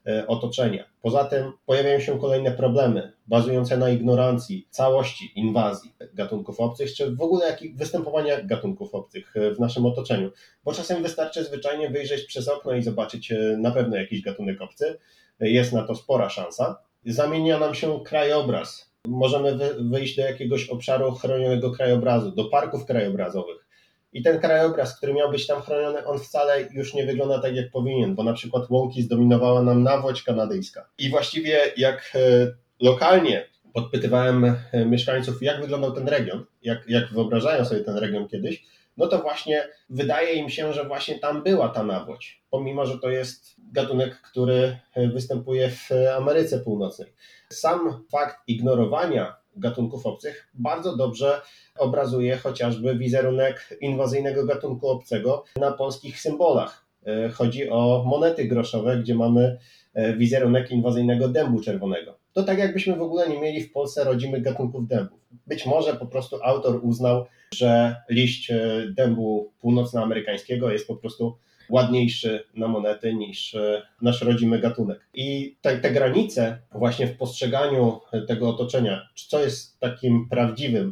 Speaker 2: otoczenia. Poza tym pojawiają się kolejne problemy bazujące na ignorancji całości inwazji gatunków obcych, czy w ogóle występowania gatunków obcych w naszym otoczeniu. Bo czasem wystarczy zwyczajnie wyjrzeć przez okno i zobaczyć na pewno jakiś gatunek obcy. Jest na to spora szansa. Zamienia nam się krajobraz. Możemy wyjść do jakiegoś obszaru chronionego krajobrazu, do parków krajobrazowych. I ten krajobraz, który miał być tam chroniony, on wcale już nie wygląda tak, jak powinien, bo na przykład łąki zdominowała nam nawłoć kanadyjska. I właściwie jak lokalnie podpytywałem mieszkańców, jak wyglądał ten region, jak wyobrażają sobie ten region kiedyś, no to właśnie wydaje im się, że właśnie tam była ta nawłoć, pomimo że to jest gatunek, który występuje w Ameryce Północnej. Sam fakt ignorowania gatunków obcych bardzo dobrze obrazuje chociażby wizerunek inwazyjnego gatunku obcego na polskich symbolach. Chodzi o monety groszowe, gdzie mamy wizerunek inwazyjnego dębu czerwonego. To tak jakbyśmy w ogóle nie mieli w Polsce rodzimych gatunków dębów. Być może po prostu autor uznał, że liść dębu północnoamerykańskiego jest po prostu ładniejszy na monety niż nasz rodzimy gatunek. I te granice właśnie w postrzeganiu tego otoczenia, co jest takim prawdziwym,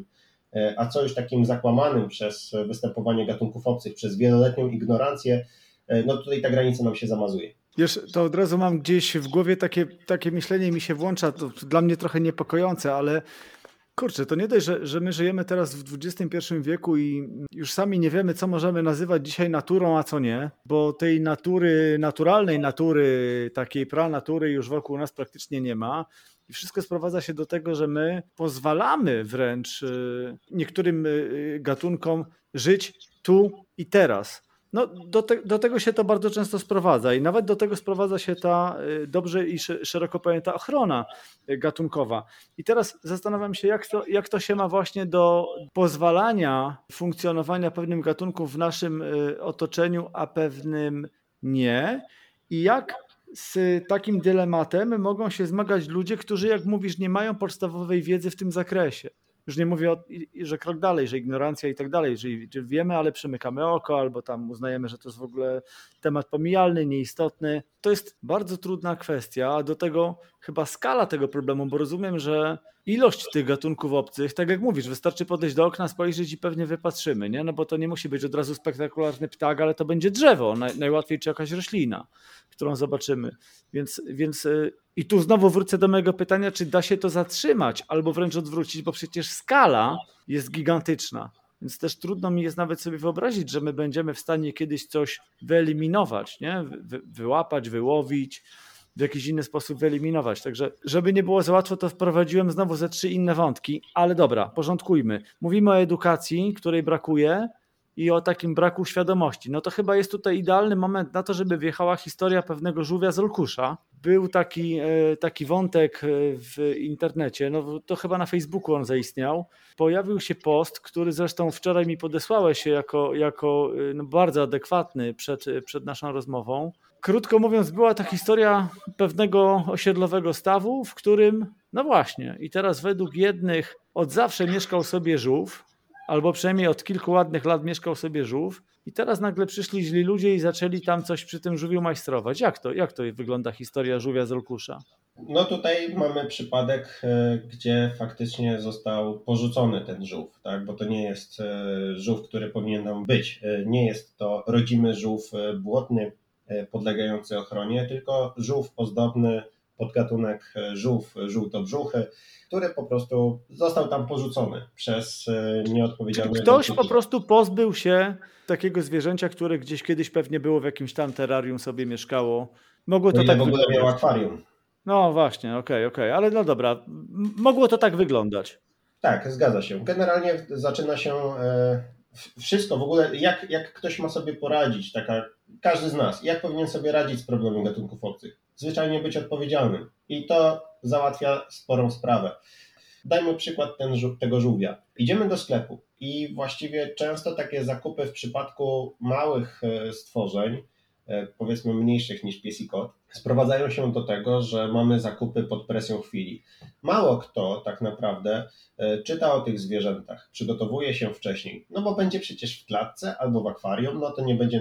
Speaker 2: a co już takim zakłamanym przez występowanie gatunków obcych, przez wieloletnią ignorancję, no tutaj ta granica nam się zamazuje.
Speaker 1: Wiesz, to od razu mam gdzieś w głowie takie myślenie mi się włącza, to dla mnie trochę niepokojące, ale kurczę, to nie dość, że my żyjemy teraz w XXI wieku i już sami nie wiemy, co możemy nazywać dzisiaj naturą, a co nie, bo tej natury, naturalnej natury, takiej pranatury już wokół nas praktycznie nie ma. I wszystko sprowadza się do tego, że my pozwalamy wręcz niektórym gatunkom żyć tu i teraz. No, do tego się to bardzo często sprowadza i nawet do tego sprowadza się ta dobrze i szeroko pojęta ochrona gatunkowa. I teraz zastanawiam się, jak to się ma właśnie do pozwalania funkcjonowania pewnym gatunkom w naszym otoczeniu, a pewnym nie. I jak z takim dylematem mogą się zmagać ludzie, którzy, jak mówisz, nie mają podstawowej wiedzy w tym zakresie. Już nie mówię, że krok dalej, że ignorancja i tak dalej, że wiemy, ale przymykamy oko albo tam uznajemy, że to jest w ogóle temat pomijalny, nieistotny. To jest bardzo trudna kwestia, a do tego chyba skala tego problemu, bo rozumiem, że ilość tych gatunków obcych, tak jak mówisz, wystarczy podejść do okna, spojrzeć i pewnie wypatrzymy, nie? No bo to nie musi być od razu spektakularny ptak, ale to będzie drzewo, najłatwiej czy jakaś roślina, którą zobaczymy. Więc i tu znowu wrócę do mojego pytania, czy da się to zatrzymać albo wręcz odwrócić, bo przecież skala jest gigantyczna. Więc też trudno mi jest nawet sobie wyobrazić, że my będziemy w stanie kiedyś coś wyeliminować, nie? Wyłapać, wyłowić, w jakiś inny sposób wyeliminować. Także żeby nie było za łatwo, to wprowadziłem znowu ze 3 inne wątki, ale dobra, porządkujmy. Mówimy o edukacji, której brakuje i o takim braku świadomości. No to chyba jest tutaj idealny moment na to, żeby wjechała historia pewnego żółwia z Olkusza. Był taki wątek w internecie, no to chyba na Facebooku on zaistniał. Pojawił się post, który zresztą wczoraj mi podesłałeś jako no bardzo adekwatny przed naszą rozmową. Krótko mówiąc, była ta historia pewnego osiedlowego stawu, w którym, no właśnie, i teraz według jednych od zawsze mieszkał sobie żółw, albo przynajmniej od kilku ładnych lat mieszkał sobie żółw i teraz nagle przyszli źli ludzie i zaczęli tam coś przy tym żółwiu majstrować. Jak to wygląda historia żółwia z Olkusza?
Speaker 2: No tutaj mamy przypadek, gdzie faktycznie został porzucony ten żółw, tak? Bo to nie jest żółw, który powinien tam być. Nie jest to rodzimy żółw błotny podlegający ochronie, tylko żółw ozdobny, podgatunek żółw żółtobrzuchy, który po prostu został tam porzucony przez nieodpowiedzialne...
Speaker 1: Ktoś po prostu pozbył się takiego zwierzęcia, które gdzieś kiedyś pewnie było w jakimś tam terrarium sobie mieszkało. Mogło to tak
Speaker 2: w ogóle
Speaker 1: wyglądać.
Speaker 2: miał akwarium.
Speaker 1: No właśnie, okej, ale no dobra, mogło to tak wyglądać.
Speaker 2: Tak, zgadza się. Generalnie zaczyna się wszystko w ogóle, jak ktoś ma sobie poradzić, każdy z nas, jak powinien sobie radzić z problemem gatunków obcych. Zwyczajnie być odpowiedzialnym i to załatwia sporą sprawę. Dajmy przykład tego żółwia. Idziemy do sklepu i właściwie często takie zakupy w przypadku małych stworzeń, powiedzmy mniejszych niż pies i kot, sprowadzają się do tego, że mamy zakupy pod presją chwili. Mało kto tak naprawdę czyta o tych zwierzętach, przygotowuje się wcześniej, no bo będzie przecież w klatce albo w akwarium, no to nie będzie nam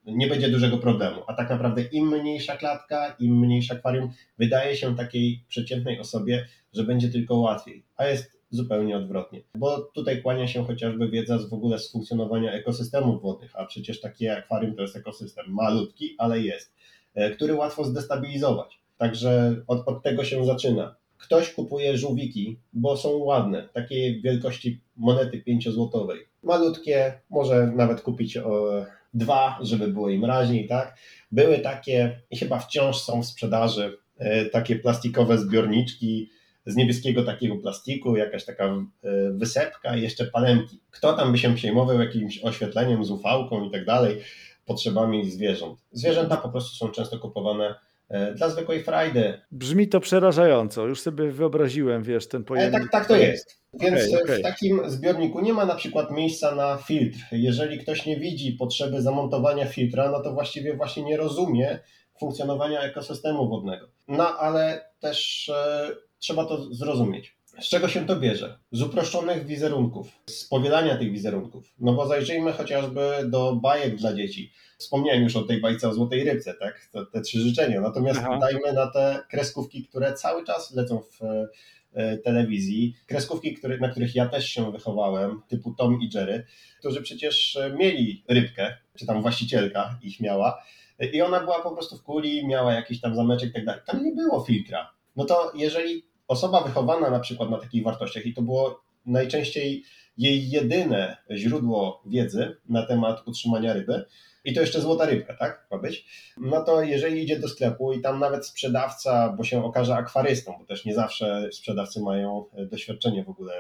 Speaker 2: nie będzie dużego problemu. A tak naprawdę im mniejsza klatka, im mniejsze akwarium, wydaje się takiej przeciętnej osobie, że będzie tylko łatwiej, a jest zupełnie odwrotnie. Bo tutaj kłania się chociażby wiedza w ogóle z funkcjonowania ekosystemów wodnych, a przecież takie akwarium to jest ekosystem malutki, ale jest, który łatwo zdestabilizować. Także od tego się zaczyna. Ktoś kupuje żółwiki, bo są ładne, takiej wielkości monety 5-złotowej. Malutkie, może nawet kupić dwa, żeby było im raźniej, tak? Były takie i chyba wciąż są w sprzedaży takie plastikowe zbiorniczki z niebieskiego takiego plastiku, jakaś taka wysepka i jeszcze palemki. Kto tam by się przejmował jakimś oświetleniem z UV-ką i tak dalej, potrzebami zwierząt. Zwierzęta po prostu są często kupowane dla zwykłej frajdy.
Speaker 1: Brzmi to przerażająco. Już sobie wyobraziłem, wiesz, ten pojemnik.
Speaker 2: Tak to jest. Więc
Speaker 1: Okay.
Speaker 2: w takim zbiorniku nie ma na przykład miejsca na filtr. Jeżeli ktoś nie widzi potrzeby zamontowania filtra, no to właściwie właśnie nie rozumie funkcjonowania ekosystemu wodnego. No ale też trzeba to zrozumieć. Z czego się to bierze? Z uproszczonych wizerunków, z powielania tych wizerunków. No bo zajrzyjmy chociażby do bajek dla dzieci. Wspomniałem już o tej bajce o złotej rybce, tak? Te 3 życzenia. Natomiast dajmy na te kreskówki, które cały czas lecą w telewizji. Kreskówki, na których ja też się wychowałem, typu Tom i Jerry, którzy przecież mieli rybkę, czy tam właścicielka ich miała i ona była po prostu w kuli, miała jakiś tam zameczek i tak dalej. Tam nie było filtra. No to jeżeli osoba wychowana na przykład na takich wartościach i to było najczęściej jej jedyne źródło wiedzy na temat utrzymania ryby, i to jeszcze złota rybka, tak? Ma być. No to jeżeli idzie do sklepu i tam nawet sprzedawca, bo się okaże akwarystą, bo też nie zawsze sprzedawcy mają doświadczenie w ogóle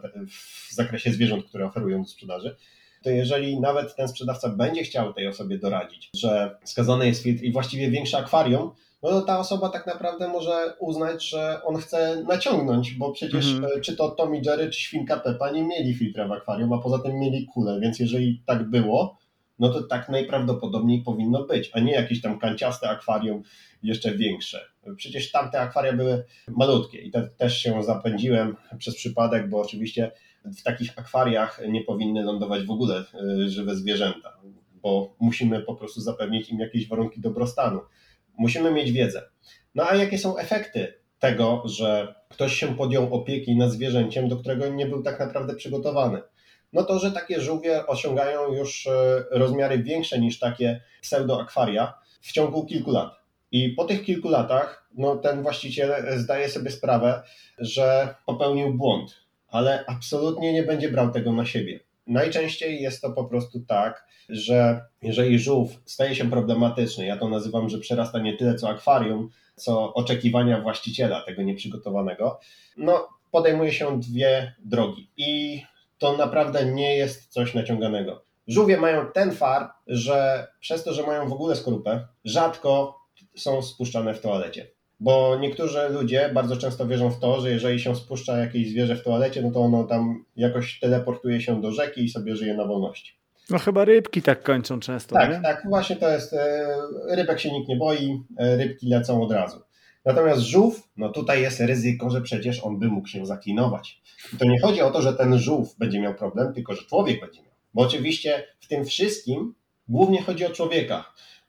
Speaker 2: w zakresie zwierząt, które oferują do sprzedaży, to jeżeli nawet ten sprzedawca będzie chciał tej osobie doradzić, że skazany jest filtr i właściwie większe akwarium, no to ta osoba tak naprawdę może uznać, że on chce naciągnąć, bo przecież czy to Tom i Jerry, czy Świnka Peppa nie mieli filtra w akwarium, a poza tym mieli kulę, więc jeżeli tak było, no to tak najprawdopodobniej powinno być, a nie jakieś tam kanciaste akwarium jeszcze większe. Przecież tamte akwaria były malutkie i też się zapędziłem przez przypadek, bo oczywiście w takich akwariach nie powinny lądować w ogóle żywe zwierzęta, bo musimy po prostu zapewnić im jakieś warunki dobrostanu. Musimy mieć wiedzę. No a jakie są efekty tego, że ktoś się podjął opieki nad zwierzęciem, do którego nie był tak naprawdę przygotowany? No to, że takie żółwie osiągają już rozmiary większe niż takie pseudoakwaria w ciągu kilku lat. I po tych kilku latach no, ten właściciel zdaje sobie sprawę, że popełnił błąd, ale absolutnie nie będzie brał tego na siebie. Najczęściej jest to po prostu tak, że jeżeli żółw staje się problematyczny, ja to nazywam, że przerasta nie tyle co akwarium, co oczekiwania właściciela tego nieprzygotowanego, no podejmuje się 2 drogi i to naprawdę nie jest coś naciąganego. Żółwie mają ten fart, że przez to, że mają w ogóle skorupę, rzadko są spuszczane w toalecie. Bo niektórzy ludzie bardzo często wierzą w to, że jeżeli się spuszcza jakieś zwierzę w toalecie, no to ono tam jakoś teleportuje się do rzeki i sobie żyje na wolności.
Speaker 1: No chyba rybki tak kończą często,
Speaker 2: tak,
Speaker 1: nie?
Speaker 2: Tak, właśnie to jest, rybek się nikt nie boi, rybki lecą od razu. Natomiast żółw, no tutaj jest ryzyko, że przecież on by mógł się zaklinować. I to nie chodzi o to, że ten żółw będzie miał problem, tylko że człowiek będzie miał. Bo oczywiście w tym wszystkim głównie chodzi o człowieka,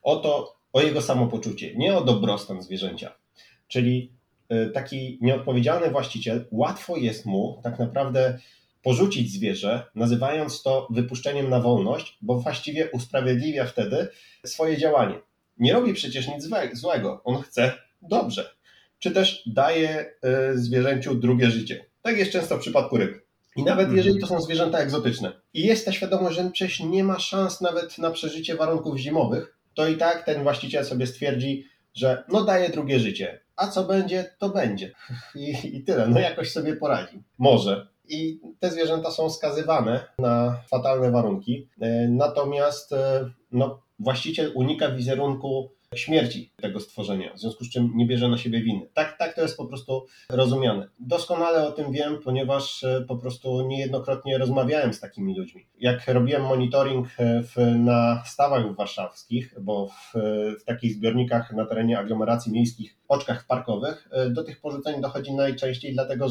Speaker 2: o jego samopoczucie, nie o dobrostan zwierzęcia. Czyli taki nieodpowiedzialny właściciel, łatwo jest mu tak naprawdę porzucić zwierzę, nazywając to wypuszczeniem na wolność, bo właściwie usprawiedliwia wtedy swoje działanie. Nie robi przecież nic złego, on chce dobrze. Czy też daje zwierzęciu drugie życie. Tak jest często w przypadku ryb. I nawet jeżeli to są zwierzęta egzotyczne i jest ta świadomość, że przecież nie ma szans nawet na przeżycie warunków zimowych, to i tak ten właściciel sobie stwierdzi, że no daje drugie życie, a co będzie, to będzie. I tyle, no jakoś sobie poradzi. Może. I te zwierzęta są skazywane na fatalne warunki, natomiast no, właściciel unika wizerunku śmierci tego stworzenia, w związku z czym nie bierze na siebie winy. Tak to jest po prostu rozumiane. Doskonale o tym wiem, ponieważ po prostu niejednokrotnie rozmawiałem z takimi ludźmi. Jak robiłem monitoring na stawach warszawskich, bo w takich zbiornikach na terenie aglomeracji miejskich, oczkach parkowych, do tych porzuceń dochodzi najczęściej dlatego, że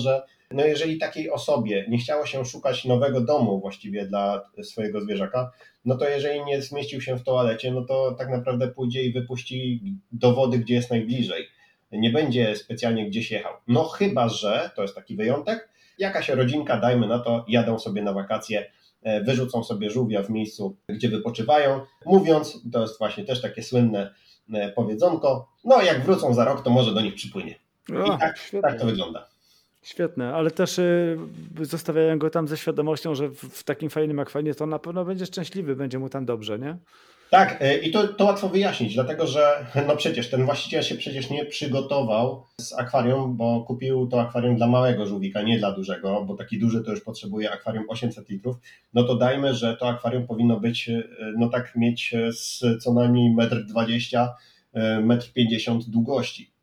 Speaker 2: No jeżeli takiej osobie nie chciało się szukać nowego domu właściwie dla swojego zwierzaka, no to jeżeli nie zmieścił się w toalecie, no to tak naprawdę pójdzie i wypuści do wody, gdzie jest najbliżej. Nie będzie specjalnie gdzieś jechał. No chyba że, to jest taki wyjątek, jakaś rodzinka, dajmy na to, jadą sobie na wakacje, wyrzucą sobie żółwia w miejscu, gdzie wypoczywają, mówiąc, to jest właśnie też takie słynne powiedzonko, no jak wrócą za rok, to może do nich przypłynie. I tak to wygląda.
Speaker 1: Świetne, ale też zostawiają go tam ze świadomością, że w takim fajnym akwarium to na pewno będzie szczęśliwy, będzie mu tam dobrze, nie?
Speaker 2: Tak, i to łatwo wyjaśnić, dlatego że no przecież ten właściciel się przecież nie przygotował z akwarium, bo kupił to akwarium dla małego żółwika, nie dla dużego, bo taki duży to już potrzebuje akwarium 800 litrów, no to dajmy, że to akwarium powinno być, no tak mieć co najmniej 1,20 m, 1,50 m długości.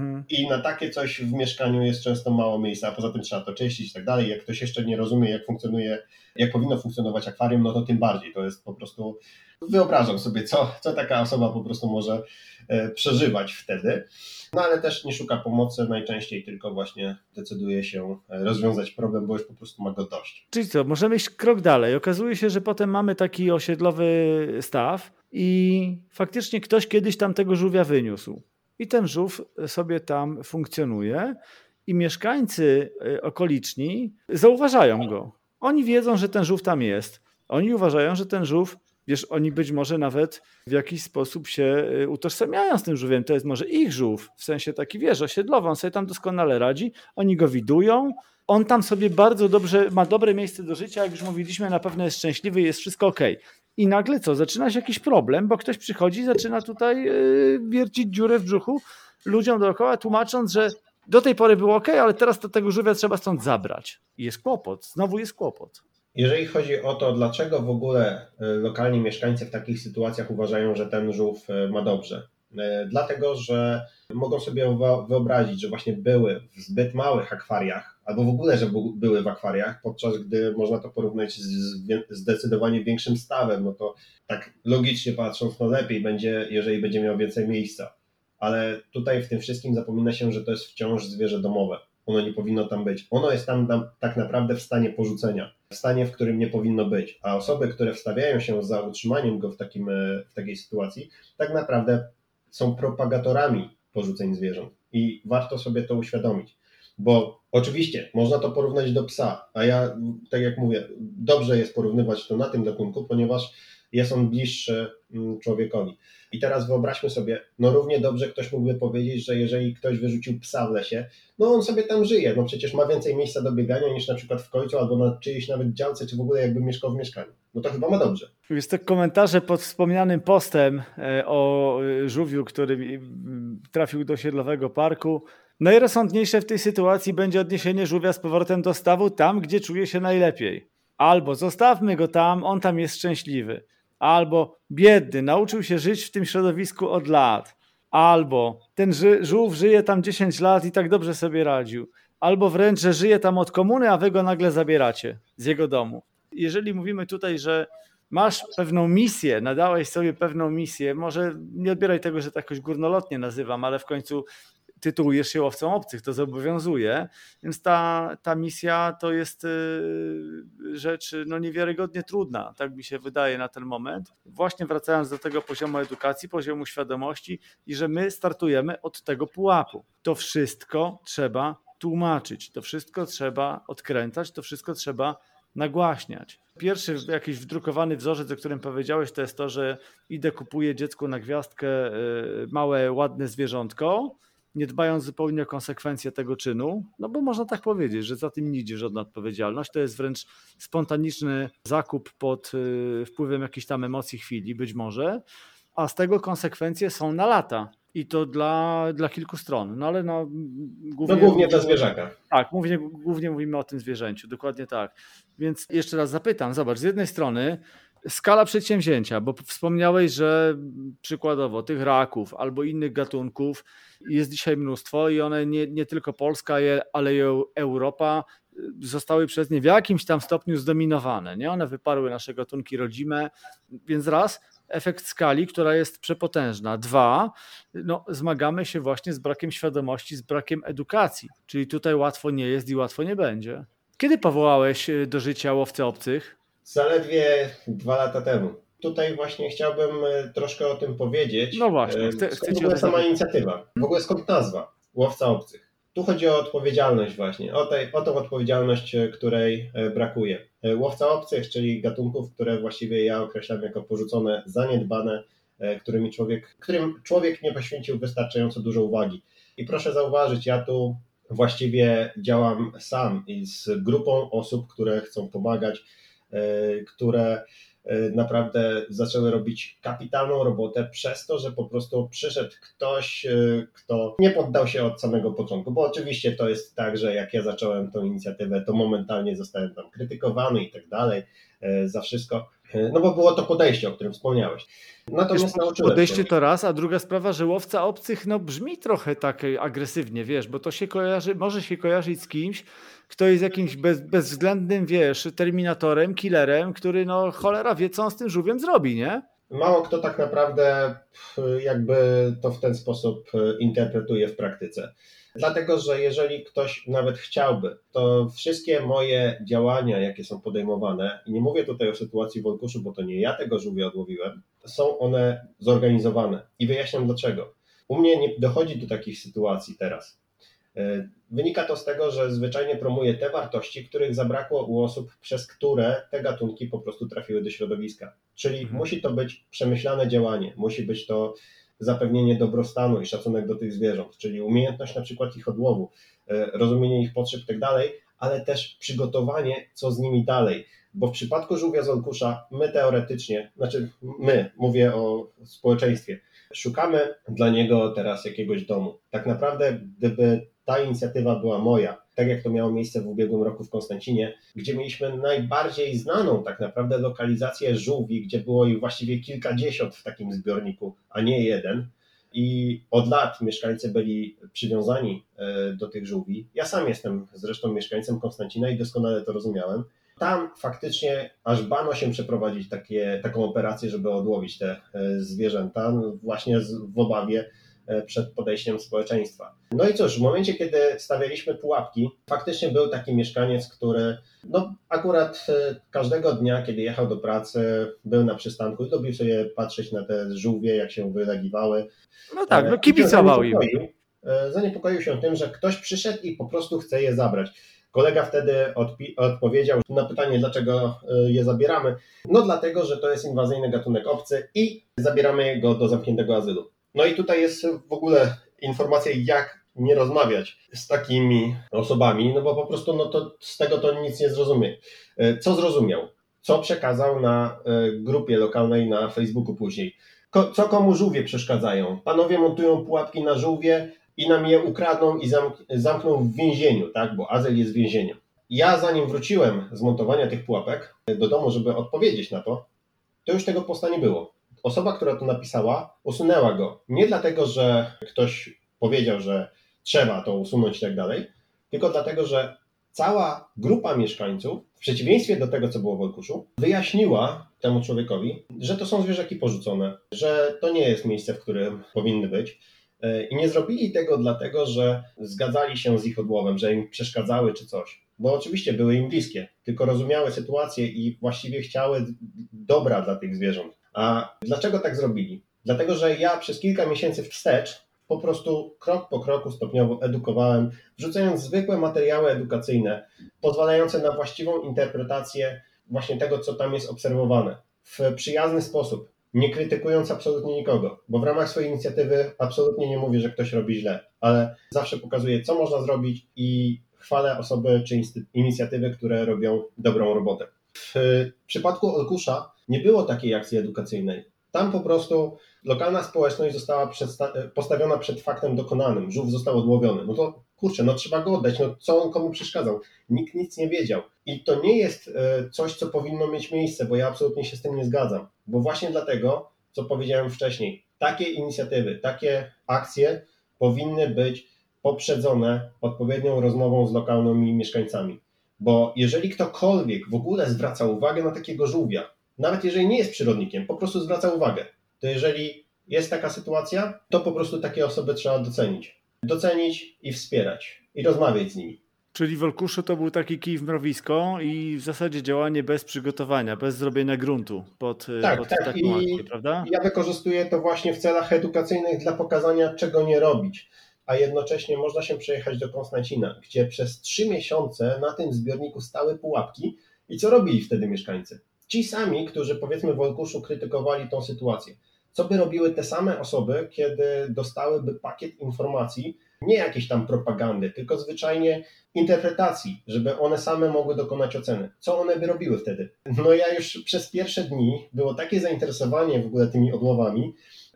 Speaker 2: I na takie coś w mieszkaniu jest często mało miejsca, a poza tym trzeba to czyścić i tak dalej. Jak ktoś jeszcze nie rozumie, jak powinno funkcjonować akwarium, no to tym bardziej. To jest po prostu, wyobrażam sobie, co taka osoba po prostu może przeżywać wtedy. No ale też nie szuka pomocy najczęściej, tylko właśnie decyduje się rozwiązać problem, bo już po prostu ma go dość.
Speaker 1: Czyli co, możemy iść krok dalej. Okazuje się, że potem mamy taki osiedlowy staw i faktycznie ktoś kiedyś tam tego żółwia wyniósł. I ten żółw sobie tam funkcjonuje i mieszkańcy okoliczni zauważają go. Oni wiedzą, że ten żółw tam jest. Oni uważają, że ten żółw, wiesz, oni być może nawet w jakiś sposób się utożsamiają z tym żółwiem. To jest może ich żółw, w sensie taki, wiesz, osiedlowy. On sobie tam doskonale radzi. Oni go widują. On tam sobie bardzo dobrze, ma dobre miejsce do życia. Jak już mówiliśmy, na pewno jest szczęśliwy, jest wszystko okej. I nagle co? Zaczyna się jakiś problem, bo ktoś przychodzi i zaczyna tutaj wiercić dziurę w brzuchu ludziom dookoła, tłumacząc, że do tej pory było okej, ale teraz to tego żółwia trzeba stąd zabrać. I jest kłopot, znowu jest kłopot.
Speaker 2: Jeżeli chodzi o to, dlaczego w ogóle lokalni mieszkańcy w takich sytuacjach uważają, że ten żółw ma dobrze. Dlatego, że mogą sobie wyobrazić, że właśnie były w zbyt małych akwariach, albo w ogóle, że były w akwariach, podczas gdy można to porównać z zdecydowanie większym stawem, no to tak logicznie patrząc, no lepiej będzie, jeżeli będzie miał więcej miejsca. Ale tutaj w tym wszystkim zapomina się, że to jest wciąż zwierzę domowe. Ono nie powinno tam być. Ono jest tam tak naprawdę w stanie porzucenia, w stanie, w którym nie powinno być. A osoby, które wstawiają się za utrzymaniem go w takiej sytuacji, tak naprawdę są propagatorami porzuceń zwierząt. I warto sobie to uświadomić. Bo oczywiście można to porównać do psa, a ja, tak jak mówię, dobrze jest porównywać to na tym gatunku, ponieważ jest on bliższy człowiekowi. I teraz wyobraźmy sobie, no równie dobrze ktoś mógłby powiedzieć, że jeżeli ktoś wyrzucił psa w lesie, no on sobie tam żyje, no przecież ma więcej miejsca do biegania niż na przykład w końcu albo na czyjejś nawet działce, czy w ogóle jakby mieszkał w mieszkaniu. No to chyba ma dobrze.
Speaker 1: Jest to komentarze pod wspomnianym postem o żółwiu, który trafił do osiedlowego parku. Najrozsądniejsze w tej sytuacji będzie odniesienie żółwia z powrotem do stawu tam, gdzie czuje się najlepiej. Albo zostawmy go tam, on tam jest szczęśliwy. Albo biedny, nauczył się żyć w tym środowisku od lat. Albo ten żółw żyje tam 10 lat i tak dobrze sobie radził. Albo wręcz, że żyje tam od komuny, a wy go nagle zabieracie z jego domu. Jeżeli mówimy tutaj, że masz pewną misję, nadałeś sobie pewną misję, może nie odbieraj tego, że to jakoś górnolotnie nazywam, ale w końcu tytułujesz się łowcą obcych, to zobowiązuje, więc ta misja to jest rzecz niewiarygodnie trudna, tak mi się wydaje na ten moment. Właśnie wracając do tego poziomu edukacji, poziomu świadomości i że my startujemy od tego pułapu. To wszystko trzeba tłumaczyć, to wszystko trzeba odkręcać, to wszystko trzeba nagłaśniać. Pierwszy jakiś wdrukowany wzorzec, o którym powiedziałeś, to jest to, że idę, kupuję dziecku na gwiazdkę małe, ładne zwierzątko, nie dbając zupełnie o konsekwencje tego czynu, no bo można tak powiedzieć, że za tym nie idzie żadna odpowiedzialność, to jest wręcz spontaniczny zakup pod wpływem jakichś tam emocji chwili, być może, a z tego konsekwencje są na lata i to dla kilku stron, no ale
Speaker 2: głównie dla zwierzaka.
Speaker 1: Tak, głównie mówimy o tym zwierzęciu, dokładnie tak. Więc jeszcze raz zapytam, zobacz, z jednej strony skala przedsięwzięcia, bo wspomniałeś, że przykładowo tych raków albo innych gatunków jest dzisiaj mnóstwo i one nie tylko Polska, ale i Europa zostały przez nie w jakimś tam stopniu zdominowane. Nie? One wyparły nasze gatunki rodzime, więc raz, efekt skali, która jest przepotężna. 2, zmagamy się właśnie z brakiem świadomości, z brakiem edukacji, czyli tutaj łatwo nie jest i łatwo nie będzie. Kiedy powołałeś do życia Łowcę Obcych?
Speaker 2: Zaledwie 2 lata temu. Tutaj właśnie chciałbym troszkę o tym powiedzieć.
Speaker 1: No właśnie, chcę
Speaker 2: Skąd w
Speaker 1: cię o
Speaker 2: ogóle
Speaker 1: to
Speaker 2: sama
Speaker 1: zapytać.
Speaker 2: inicjatywa? W ogóle skąd nazwa Łowca Obcych? Tu chodzi o odpowiedzialność właśnie, o tą odpowiedzialność, której brakuje. Łowca obcych, czyli gatunków, które właściwie ja określam jako porzucone, zaniedbane, którym człowiek nie poświęcił wystarczająco dużo uwagi. I proszę zauważyć, ja tu właściwie działam sam i z grupą osób, które chcą pomagać, które naprawdę zaczęły robić kapitalną robotę przez to, że po prostu przyszedł ktoś, kto nie poddał się od samego początku, bo oczywiście to jest tak, że jak ja zacząłem tą inicjatywę, to momentalnie zostałem tam krytykowany i tak dalej za wszystko, no bo było to podejście, o którym wspomniałeś. Natomiast nauczyłem
Speaker 1: Podejście
Speaker 2: się.
Speaker 1: to raz, a druga sprawa, że Łowca Obcych brzmi trochę tak agresywnie, wiesz, bo to się kojarzy, może się kojarzyć z kimś, kto jest jakimś bezwzględnym, wiesz, terminatorem, killerem, który cholera wie, co on z tym żółwiem zrobi, nie?
Speaker 2: Mało kto tak naprawdę jakby to w ten sposób interpretuje w praktyce. Dlatego, że jeżeli ktoś nawet chciałby, to wszystkie moje działania, jakie są podejmowane, i nie mówię tutaj o sytuacji w Olkuszu, bo to nie ja tego żółwia odłowiłem, są one zorganizowane. I wyjaśniam dlaczego. U mnie nie dochodzi do takich sytuacji teraz. Wynika to z tego, że zwyczajnie promuję te wartości, których zabrakło u osób, przez które te gatunki po prostu trafiły do środowiska. Czyli musi to być przemyślane działanie, musi być to zapewnienie dobrostanu i szacunek do tych zwierząt, czyli umiejętność na przykład ich odłowu, rozumienie ich potrzeb i tak dalej, ale też przygotowanie, co z nimi dalej. Bo w przypadku żółwia z Olkusza my teoretycznie, mówię o społeczeństwie, szukamy dla niego teraz jakiegoś domu. Tak naprawdę, gdyby ta inicjatywa była moja, tak jak to miało miejsce w ubiegłym roku w Konstancinie, gdzie mieliśmy najbardziej znaną tak naprawdę lokalizację żółwi, gdzie było ich właściwie kilkadziesiąt w takim zbiorniku, a nie jeden. I od lat mieszkańcy byli przywiązani do tych żółwi. Ja sam jestem zresztą mieszkańcem Konstancina i doskonale to rozumiałem. Tam faktycznie aż bano się przeprowadzić taką operację, żeby odłowić te zwierzęta, właśnie w obawie przed podejściem społeczeństwa. No i cóż, w momencie, kiedy stawialiśmy pułapki, faktycznie był taki mieszkaniec, który akurat każdego dnia, kiedy jechał do pracy, był na przystanku i lubił sobie patrzeć na te żółwie, jak się wylegiwały.
Speaker 1: No tak, kibicował im.
Speaker 2: Zaniepokoił się tym, że ktoś przyszedł i po prostu chce je zabrać. Kolega wtedy odpowiedział na pytanie, dlaczego je zabieramy. No dlatego, że to jest inwazyjny gatunek obcy i zabieramy go do zamkniętego azylu. No i tutaj jest w ogóle informacja, jak nie rozmawiać z takimi osobami, no bo po prostu to z tego to nic nie zrozumie. Co zrozumiał? Co przekazał na grupie lokalnej na Facebooku później? Co komu żółwie przeszkadzają? Panowie montują pułapki na żółwie i nam je ukradną i zamkną w więzieniu, tak? Bo azyl jest więzieniem. Ja zanim wróciłem z montowania tych pułapek do domu, żeby odpowiedzieć na to już tego posta nie było. Osoba, która to napisała, usunęła go. Nie dlatego, że ktoś powiedział, że trzeba to usunąć i tak dalej, tylko dlatego, że cała grupa mieszkańców, w przeciwieństwie do tego, co było w Olkuszu, wyjaśniła temu człowiekowi, że to są zwierzaki porzucone, że to nie jest miejsce, w którym powinny być. I nie zrobili tego dlatego, że zgadzali się z ich odłowem, że im przeszkadzały czy coś. Bo oczywiście były im bliskie, tylko rozumiały sytuację i właściwie chciały dobra dla tych zwierząt. A dlaczego tak zrobili? Dlatego, że ja przez kilka miesięcy wstecz po prostu krok po kroku stopniowo edukowałem, wrzucając zwykłe materiały edukacyjne, pozwalające na właściwą interpretację właśnie tego, co tam jest obserwowane. W przyjazny sposób, nie krytykując absolutnie nikogo, bo w ramach swojej inicjatywy absolutnie nie mówię, że ktoś robi źle, ale zawsze pokazuję, co można zrobić i chwalę osoby czy inicjatywy, które robią dobrą robotę. W przypadku Olkusza nie było takiej akcji edukacyjnej. Tam po prostu lokalna społeczność została postawiona przed faktem dokonanym. Żółw został odłowiony. No to kurczę, trzeba go oddać. Co on komu przeszkadzał? Nikt nic nie wiedział. I to nie jest coś, co powinno mieć miejsce, bo ja absolutnie się z tym nie zgadzam. Bo właśnie dlatego, co powiedziałem wcześniej, takie inicjatywy, takie akcje powinny być poprzedzone odpowiednią rozmową z lokalnymi mieszkańcami. Bo jeżeli ktokolwiek w ogóle zwraca uwagę na takiego żółwia, nawet jeżeli nie jest przyrodnikiem, po prostu zwraca uwagę. To jeżeli jest taka sytuacja, to po prostu takie osoby trzeba docenić. Docenić i wspierać i rozmawiać z nimi.
Speaker 1: Czyli w Olkuszu to był taki kij w mrowisko i w zasadzie działanie bez przygotowania, bez zrobienia gruntu pod
Speaker 2: Tak.
Speaker 1: taką akcję,
Speaker 2: I
Speaker 1: prawda?
Speaker 2: ja wykorzystuję to właśnie w celach edukacyjnych dla pokazania, czego nie robić. A jednocześnie można się przejechać do Konstancina, gdzie przez 3 miesiące na tym zbiorniku stały pułapki. I co robili wtedy mieszkańcy? Ci sami, którzy powiedzmy w Olkuszu krytykowali tą sytuację. Co by robiły te same osoby, kiedy dostałyby pakiet informacji, nie jakiejś tam propagandy, tylko zwyczajnie interpretacji, żeby one same mogły dokonać oceny. Co one by robiły wtedy? No ja już przez pierwsze dni było takie zainteresowanie w ogóle tymi odłowami,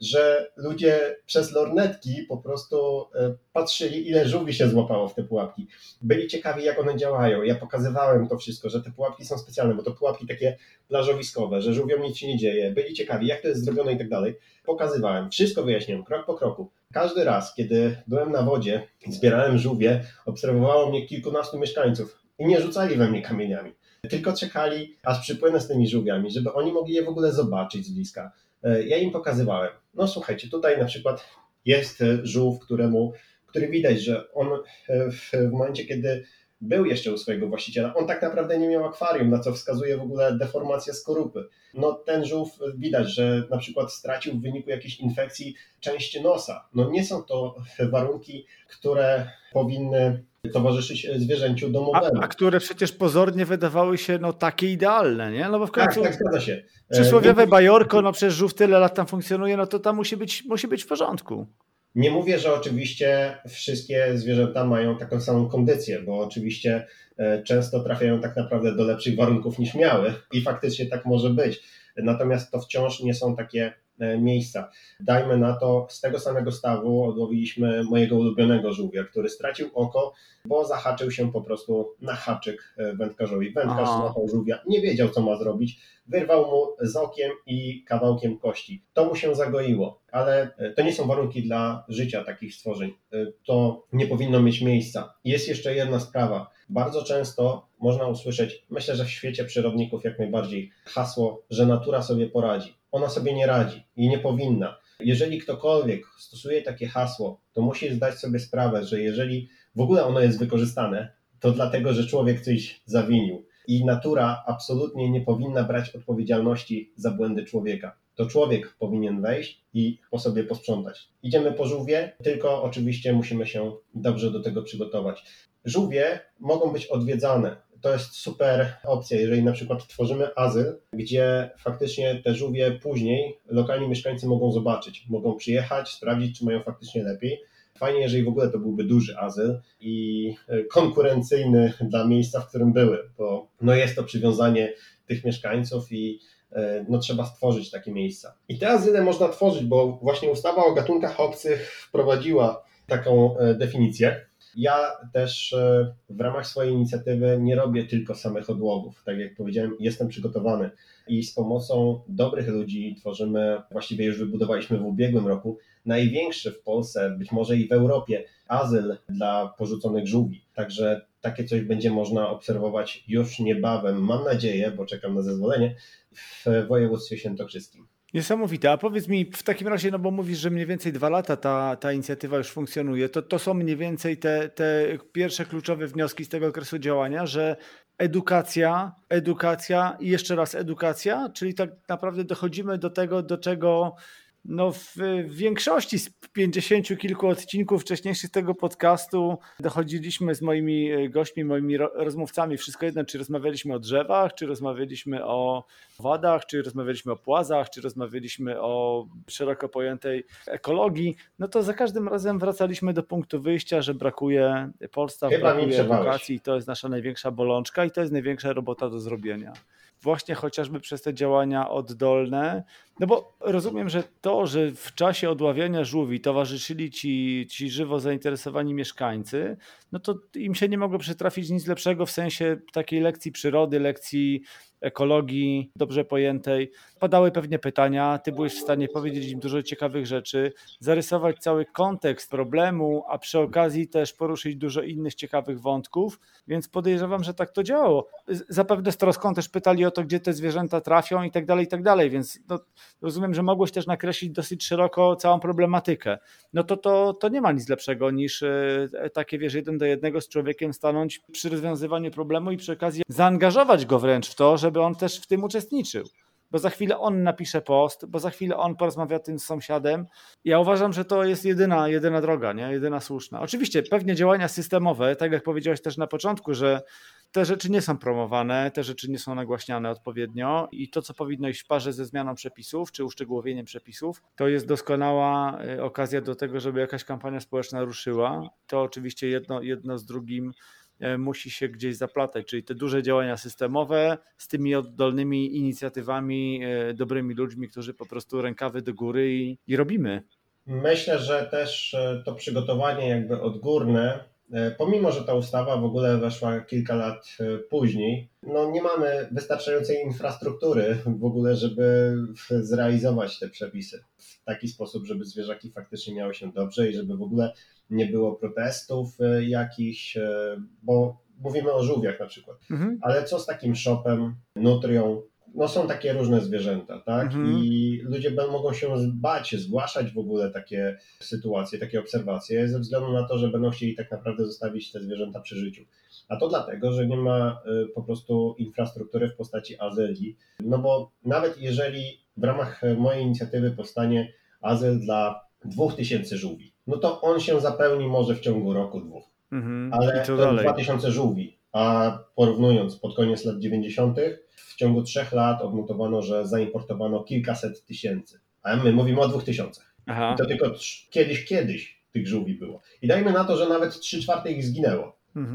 Speaker 2: że ludzie przez lornetki po prostu patrzyli, ile żółwi się złapało w te pułapki. Byli ciekawi, jak one działają. Ja pokazywałem to wszystko, że te pułapki są specjalne, bo to pułapki takie plażowiskowe, że żółwiom nic się nie dzieje. Byli ciekawi, jak to jest zrobione i tak dalej. Pokazywałem, wszystko wyjaśniłem, krok po kroku. Każdy raz, kiedy byłem na wodzie i zbierałem żółwie, obserwowało mnie kilkunastu mieszkańców i nie rzucali we mnie kamieniami. Tylko czekali, aż przypłynę z tymi żółwiami, żeby oni mogli je w ogóle zobaczyć z bliska. Ja im pokazywałem. No słuchajcie, tutaj na przykład jest żółw, który widać, że on w momencie, kiedy był jeszcze u swojego właściciela, on tak naprawdę nie miał akwarium, na co wskazuje w ogóle deformacja skorupy. No ten żółw widać, że na przykład stracił w wyniku jakiejś infekcji część nosa. No nie są to warunki, które powinny towarzyszyć zwierzęciu domowemu.
Speaker 1: A które przecież pozornie wydawały się takie idealne, nie? No bo w końcu
Speaker 2: Tak, zgadza się.
Speaker 1: przysłowiowe bajorko, no przecież żółw tyle lat tam funkcjonuje, no to tam musi być w porządku.
Speaker 2: Nie mówię, że oczywiście wszystkie zwierzęta mają taką samą kondycję, bo oczywiście często trafiają tak naprawdę do lepszych warunków niż miały i faktycznie tak może być. Natomiast to wciąż nie są takie miejsca. Dajmy na to, z tego samego stawu odłowiliśmy mojego ulubionego żółwia, który stracił oko, bo zahaczył się po prostu na haczyk wędkarzowi. Wędkarz złapał żółwia, nie wiedział, co ma zrobić, wyrwał mu z okiem i kawałkiem kości. To mu się zagoiło, ale to nie są warunki dla życia takich stworzeń. To nie powinno mieć miejsca. Jest jeszcze jedna sprawa. Bardzo często można usłyszeć, myślę, że w świecie przyrodników jak najbardziej, hasło, że natura sobie poradzi. Ona sobie nie radzi i nie powinna. Jeżeli ktokolwiek stosuje takie hasło, to musi zdać sobie sprawę, że jeżeli w ogóle ono jest wykorzystane, to dlatego, że człowiek coś zawinił. I natura absolutnie nie powinna brać odpowiedzialności za błędy człowieka. To człowiek powinien wejść i po sobie posprzątać. Idziemy po żółwie, tylko oczywiście musimy się dobrze do tego przygotować. Żółwie mogą być odwiedzane. To jest super opcja, jeżeli na przykład tworzymy azyl, gdzie faktycznie te żółwie później lokalni mieszkańcy mogą zobaczyć, mogą przyjechać, sprawdzić, czy mają faktycznie lepiej. Fajnie, jeżeli w ogóle to byłby duży azyl i konkurencyjny dla miejsca, w którym były, bo jest to przywiązanie tych mieszkańców i trzeba stworzyć takie miejsca. I te azyle można tworzyć, bo właśnie ustawa o gatunkach obcych wprowadziła taką definicję. Ja też w ramach swojej inicjatywy nie robię tylko samych odłowów. Tak jak powiedziałem, jestem przygotowany i z pomocą dobrych ludzi tworzymy, właściwie już wybudowaliśmy w ubiegłym roku, największy w Polsce, być może i w Europie, azyl dla porzuconych żółwi. Także takie coś będzie można obserwować już niebawem, mam nadzieję, bo czekam na zezwolenie, w województwie świętokrzyskim.
Speaker 1: Niesamowite. A powiedz mi w takim razie, no bo mówisz, że mniej więcej 2 lata ta inicjatywa już funkcjonuje, to są mniej więcej te pierwsze kluczowe wnioski z tego okresu działania, że edukacja i jeszcze raz edukacja, czyli tak naprawdę dochodzimy do tego, do czego w większości z 50 kilku odcinków wcześniejszych tego podcastu dochodziliśmy z moimi gośćmi, moimi rozmówcami. Wszystko jedno, czy rozmawialiśmy o drzewach, czy rozmawialiśmy o wadach, czy rozmawialiśmy o płazach, czy rozmawialiśmy o szeroko pojętej ekologii, to za każdym razem wracaliśmy do punktu wyjścia, że brakuje podstaw, brakuje edukacji i to jest nasza największa bolączka i to jest największa robota do zrobienia. Właśnie chociażby przez te działania oddolne, bo rozumiem, że to, że w czasie odławiania żółwi towarzyszyli ci żywo zainteresowani mieszkańcy, to im się nie mogło przytrafić nic lepszego w sensie takiej lekcji przyrody, lekcji ekologii dobrze pojętej. Padały pewnie pytania, ty byłeś w stanie powiedzieć im dużo ciekawych rzeczy, zarysować cały kontekst problemu, a przy okazji też poruszyć dużo innych ciekawych wątków, więc podejrzewam, że tak to działało. Zapewne z troską też pytali o to, gdzie te zwierzęta trafią i tak dalej, więc rozumiem, że mogłeś też nakreślić dosyć szeroko całą problematykę. No to nie ma nic lepszego niż takie, wiesz, 1:1 z człowiekiem stanąć przy rozwiązywaniu problemu i przy okazji zaangażować go wręcz w to, żeby on też w tym uczestniczył. Bo za chwilę on napisze post, bo za chwilę on porozmawia o tym z sąsiadem. Ja uważam, że to jest jedyna droga, nie? Jedyna słuszna. Oczywiście pewnie działania systemowe, tak jak powiedziałeś też na początku, że te rzeczy nie są promowane, te rzeczy nie są nagłaśniane odpowiednio i to, co powinno iść w parze ze zmianą przepisów czy uszczegółowieniem przepisów, to jest doskonała okazja do tego, żeby jakaś kampania społeczna ruszyła. To oczywiście jedno z drugim musi się gdzieś zaplatać, czyli te duże działania systemowe z tymi oddolnymi inicjatywami, dobrymi ludźmi, którzy po prostu rękawy do góry i robimy.
Speaker 2: Myślę, że też to przygotowanie jakby odgórne, pomimo że ta ustawa w ogóle weszła kilka lat później, no nie mamy wystarczającej infrastruktury w ogóle, żeby zrealizować te przepisy w taki sposób, żeby zwierzaki faktycznie miały się dobrze i żeby w ogóle nie było protestów jakichś, bo mówimy o żółwiach na przykład, ale co z takim szopem, nutrią? No są takie różne zwierzęta, tak? I ludzie mogą się bać, zgłaszać w ogóle takie sytuacje, takie obserwacje ze względu na to, że będą chcieli tak naprawdę zostawić te zwierzęta przy życiu. A to dlatego, że nie ma po prostu infrastruktury w postaci azyli. No bo nawet jeżeli w ramach mojej inicjatywy powstanie azyl dla 2000 żółwi, no to on się zapełni może w ciągu roku, dwóch. Ale to 2000 żółwi, a porównując pod koniec lat 90. w ciągu 3 lat odnotowano, że zaimportowano kilkaset tysięcy, a my mówimy o 2000. I to tylko kiedyś tych żółwi było. I dajmy na to, że nawet 3/4 ich zginęło.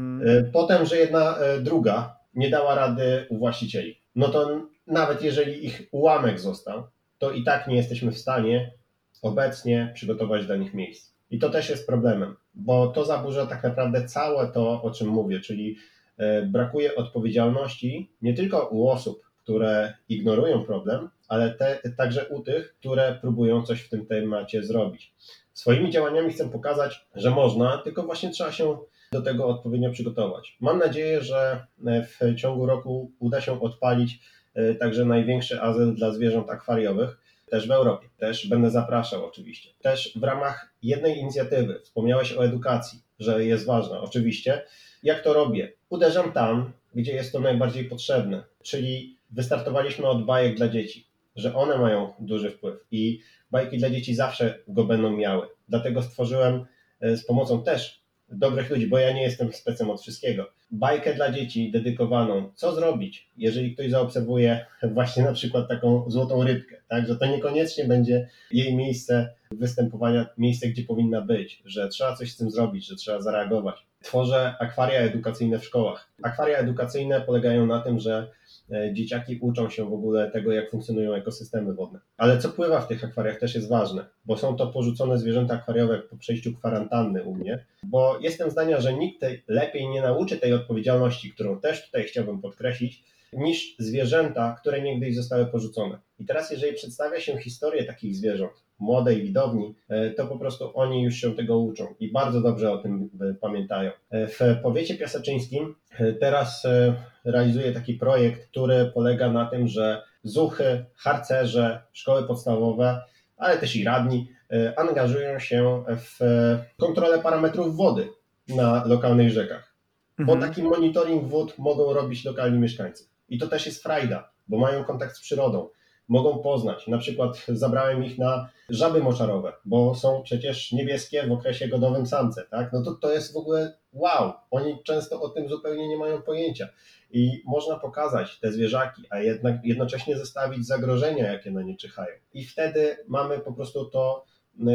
Speaker 2: Potem, że jedna druga nie dała rady u właścicieli. No to nawet jeżeli ich ułamek został, to i tak nie jesteśmy w stanie obecnie przygotować dla nich miejsc. I to też jest problemem, bo to zaburza tak naprawdę całe to, o czym mówię, czyli brakuje odpowiedzialności nie tylko u osób, które ignorują problem, ale także u tych, które próbują coś w tym temacie zrobić. Swoimi działaniami chcę pokazać, że można, tylko właśnie trzeba się do tego odpowiednio przygotować. Mam nadzieję, że w ciągu roku uda się odpalić także największy azyl dla zwierząt akwariowych, też w Europie. Też będę zapraszał oczywiście. Też w ramach jednej inicjatywy, wspomniałeś o edukacji, że jest ważna. Oczywiście. Jak to robię? Uderzam tam, gdzie jest to najbardziej potrzebne, czyli wystartowaliśmy od bajek dla dzieci, że one mają duży wpływ i bajki dla dzieci zawsze go będą miały. Dlatego stworzyłem z pomocą też dobrych ludzi, bo ja nie jestem specem od wszystkiego, bajkę dla dzieci dedykowaną. Co zrobić, jeżeli ktoś zaobserwuje właśnie na przykład taką złotą rybkę, tak? Że to niekoniecznie będzie jej miejsce występowania, miejsce, gdzie powinna być, że trzeba coś z tym zrobić, że trzeba zareagować. Tworzę akwaria edukacyjne w szkołach. Akwaria edukacyjne polegają na tym, że dzieciaki uczą się w ogóle tego, jak funkcjonują ekosystemy wodne. Ale co pływa w tych akwariach też jest ważne, bo są to porzucone zwierzęta akwariowe po przejściu kwarantanny u mnie, bo jestem zdania, że nikt lepiej nie nauczy tej odpowiedzialności, którą też tutaj chciałbym podkreślić, niż zwierzęta, które niegdyś zostały porzucone. I teraz jeżeli przedstawia się historię takich zwierząt, młodej widowni, to po prostu oni już się tego uczą i bardzo dobrze o tym pamiętają. W powiecie piaseczyńskim teraz realizuję taki projekt, który polega na tym, że zuchy, harcerze, szkoły podstawowe, ale też i radni angażują się w kontrolę parametrów wody na lokalnych rzekach. Bo taki monitoring wód mogą robić lokalni mieszkańcy. I to też jest frajda, bo mają kontakt z przyrodą. Mogą poznać, na przykład zabrałem ich na żaby moczarowe, bo są przecież niebieskie w okresie godowym samce, tak? No to jest w ogóle wow, oni często o tym zupełnie nie mają pojęcia i można pokazać te zwierzaki, a jednak jednocześnie zestawić zagrożenia, jakie na nie czyhają. I wtedy mamy po prostu to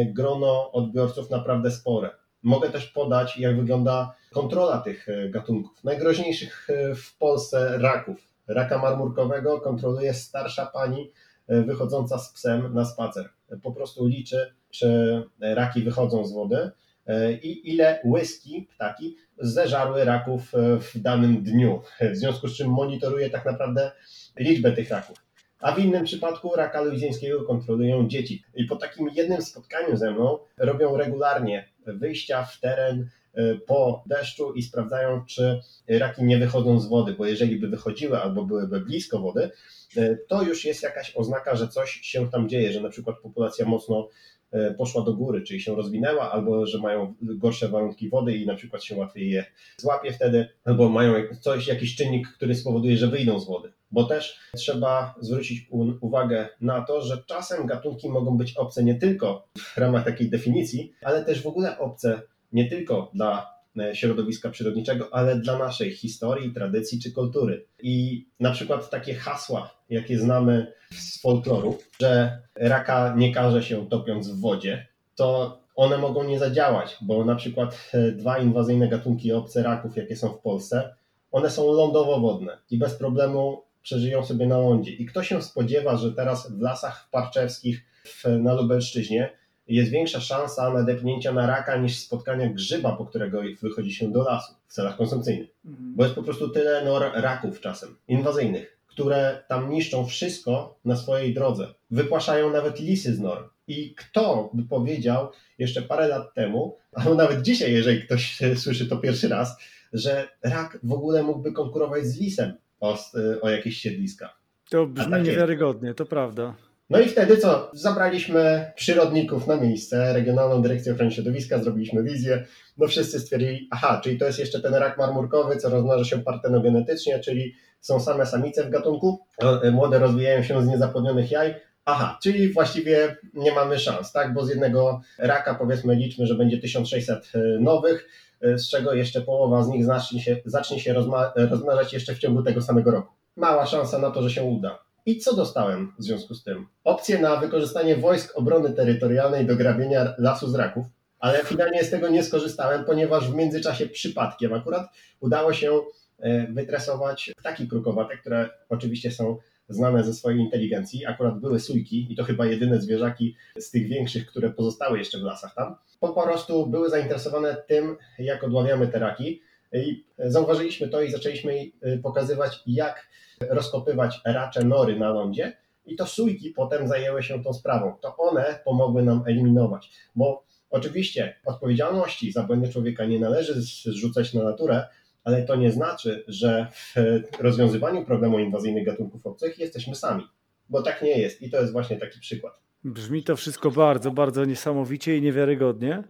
Speaker 2: grono odbiorców naprawdę spore. Mogę też podać, jak wygląda kontrola tych gatunków. Najgroźniejszych w Polsce raków. Raka marmurkowego kontroluje starsza pani wychodząca z psem na spacer. Po prostu liczy, czy raki wychodzą z wody, i ile łyski ptaki zeżarły raków w danym dniu, w związku z czym monitoruje tak naprawdę liczbę tych raków. A w innym przypadku raka luizjańskiego kontrolują dzieci. I po takim jednym spotkaniu ze mną robią regularnie wyjścia w teren po deszczu i sprawdzają, czy raki nie wychodzą z wody, bo jeżeli by wychodziły albo byłyby blisko wody, to już jest jakaś oznaka, że coś się tam dzieje, że na przykład populacja mocno poszła do góry, czyli się rozwinęła, albo że mają gorsze warunki wody i na przykład się łatwiej je złapie wtedy, albo mają jakiś czynnik, który spowoduje, że wyjdą z wody. Bo też trzeba zwrócić uwagę na to, że czasem gatunki mogą być obce nie tylko w ramach takiej definicji, ale też w ogóle obce nie tylko dla środowiska przyrodniczego, ale dla naszej historii, tradycji czy kultury. I na przykład takie hasła, jakie znamy z folkloru, że raka nie karze się topiąc w wodzie, to one mogą nie zadziałać, bo na przykład 2 inwazyjne gatunki obce raków, jakie są w Polsce, one są lądowo-wodne i bez problemu przeżyją sobie na lądzie. I kto się spodziewa, że teraz w lasach parczewskich na Lubelszczyźnie jest większa szansa nadepnięcia na raka niż spotkania grzyba, po którego wychodzi się do lasu w celach konsumpcyjnych. Bo jest po prostu tyle nor raków czasem, inwazyjnych, które tam niszczą wszystko na swojej drodze. Wypłaszają nawet lisy z nor. I kto by powiedział jeszcze parę lat temu, albo nawet dzisiaj, jeżeli ktoś słyszy to pierwszy raz, że rak w ogóle mógłby konkurować z lisem o jakieś siedliska.
Speaker 1: To brzmi niewiarygodnie, to prawda.
Speaker 2: No i wtedy co? Zabraliśmy przyrodników na miejsce, Regionalną Dyrekcję Ochrony Środowiska, zrobiliśmy wizję, no wszyscy stwierdzili, aha, czyli to jest jeszcze ten rak marmurkowy, co rozmnaża się partenogenetycznie, czyli są same samice w gatunku, młode rozwijają się z niezapłodnionych jaj, aha, czyli właściwie nie mamy szans, tak? Bo z jednego raka powiedzmy liczmy, że będzie 1600 nowych, z czego jeszcze połowa z nich zacznie się rozmnażać jeszcze w ciągu tego samego roku. Mała szansa na to, że się uda. I co dostałem w związku z tym? Opcję na wykorzystanie wojsk obrony terytorialnej do grabienia lasu z raków, ale finalnie z tego nie skorzystałem, ponieważ w międzyczasie przypadkiem akurat udało się wytresować ptaki krukowate, które oczywiście są znane ze swojej inteligencji. Akurat były sójki i to chyba jedyne zwierzaki z tych większych, które pozostały jeszcze w lasach tam. Po prostu były zainteresowane tym, jak odławiamy te raki i zauważyliśmy to i zaczęliśmy pokazywać, jak rozkopywać racze nory na lądzie i to sójki potem zajęły się tą sprawą. To one pomogły nam eliminować, bo oczywiście odpowiedzialności za błędy człowieka nie należy zrzucać na naturę, ale to nie znaczy, że w rozwiązywaniu problemu inwazyjnych gatunków obcych jesteśmy sami, bo tak nie jest i to jest właśnie taki przykład.
Speaker 1: Brzmi to wszystko bardzo, bardzo niesamowicie i niewiarygodnie.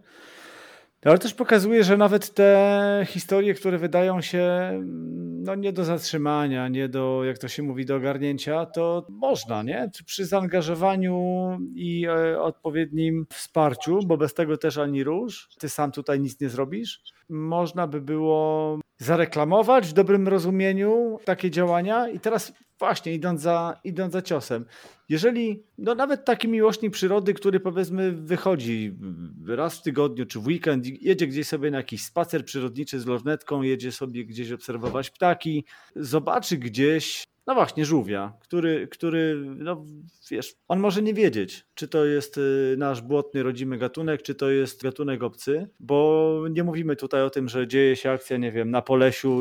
Speaker 1: Ale też pokazuje, że nawet te historie, które wydają się nie do zatrzymania, nie do, jak to się mówi, do ogarnięcia, to można, nie? Przy zaangażowaniu i odpowiednim wsparciu, bo bez tego też ani rusz, ty sam tutaj nic nie zrobisz, można by było zareklamować w dobrym rozumieniu takie działania i teraz właśnie idąc za ciosem. Jeżeli nawet taki miłośnik przyrody, który powiedzmy wychodzi raz w tygodniu czy w weekend, jedzie gdzieś sobie na jakiś spacer przyrodniczy z lornetką, jedzie sobie gdzieś obserwować ptaki, zobaczy gdzieś właśnie żółwia, który wiesz, on może nie wiedzieć, czy to jest nasz błotny rodzimy gatunek, czy to jest gatunek obcy, bo nie mówimy tutaj o tym, że dzieje się akcja, nie wiem, na Polesiu,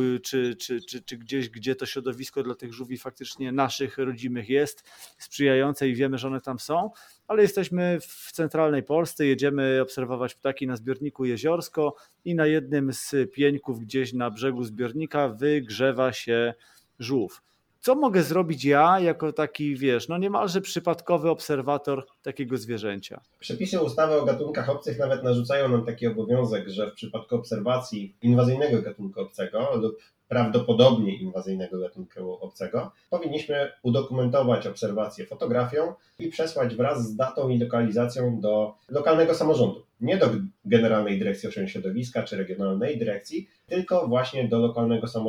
Speaker 1: czy gdzieś, gdzie to środowisko dla tych żółwi faktycznie naszych rodzimych jest sprzyjające i wiemy, że one tam są, ale jesteśmy w centralnej Polsce, jedziemy obserwować ptaki na zbiorniku Jeziorsko i na jednym z pieńków gdzieś na brzegu zbiornika wygrzewa się żółw. Co mogę zrobić ja jako taki, wiesz, niemalże przypadkowy obserwator takiego zwierzęcia?
Speaker 2: Przepisy ustawy o gatunkach obcych nawet narzucają nam taki obowiązek, że w przypadku obserwacji inwazyjnego gatunku obcego lub prawdopodobnie inwazyjnego gatunku obcego powinniśmy udokumentować obserwację fotografią i przesłać wraz z datą i lokalizacją do lokalnego samorządu. Nie do Generalnej Dyrekcji Ochrony Środowiska czy Regionalnej Dyrekcji, tylko właśnie do lokalnego samorządu.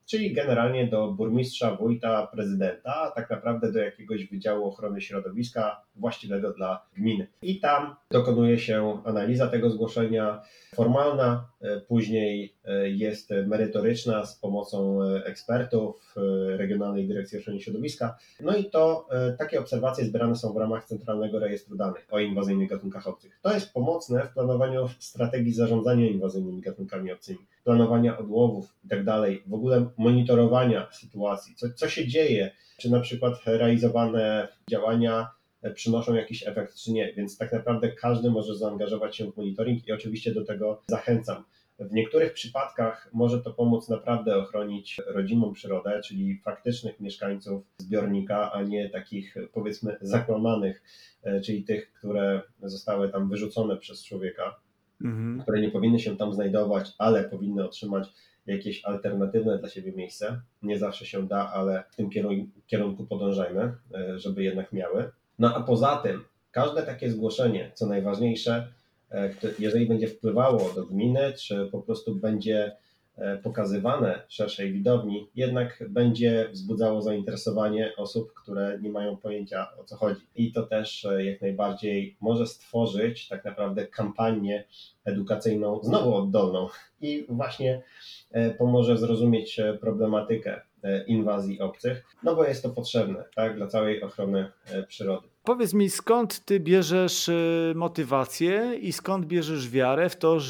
Speaker 2: czyli generalnie do burmistrza, wójta, prezydenta, a tak naprawdę do jakiegoś wydziału ochrony środowiska właściwego dla gminy. I tam dokonuje się analiza tego zgłoszenia formalna, później jest merytoryczna z pomocą ekspertów Regionalnej Dyrekcji Ochrony Środowiska. No i to takie obserwacje zbierane są w ramach Centralnego Rejestru Danych o inwazyjnych gatunkach obcych. To jest pomocne w planowaniu strategii zarządzania inwazyjnymi gatunkami obcymi, planowania odłowów i tak dalej, w ogóle monitorowania sytuacji, co się dzieje, czy na przykład realizowane działania przynoszą jakiś efekt, czy nie. Więc tak naprawdę każdy może zaangażować się w monitoring i oczywiście do tego zachęcam. W niektórych przypadkach może to pomóc naprawdę ochronić rodzimą przyrodę, czyli faktycznych mieszkańców zbiornika, a nie takich powiedzmy zakłamanych, czyli tych, które zostały tam wyrzucone przez człowieka, które nie powinny się tam znajdować, ale powinny otrzymać jakieś alternatywne dla siebie miejsce. Nie zawsze się da, ale w tym kierunku podążajmy, żeby jednak miały. No a poza tym każde takie zgłoszenie, co najważniejsze, jeżeli będzie wpływało do gminy, czy po prostu będzie pokazywane szerszej widowni, jednak będzie wzbudzało zainteresowanie osób, które nie mają pojęcia, o co chodzi. I to też jak najbardziej może stworzyć tak naprawdę kampanię edukacyjną, znowu oddolną i właśnie pomoże zrozumieć problematykę inwazji obcych, no bo jest to potrzebne, tak, dla całej ochrony przyrody.
Speaker 1: Powiedz mi, skąd ty bierzesz motywację i skąd bierzesz wiarę w to,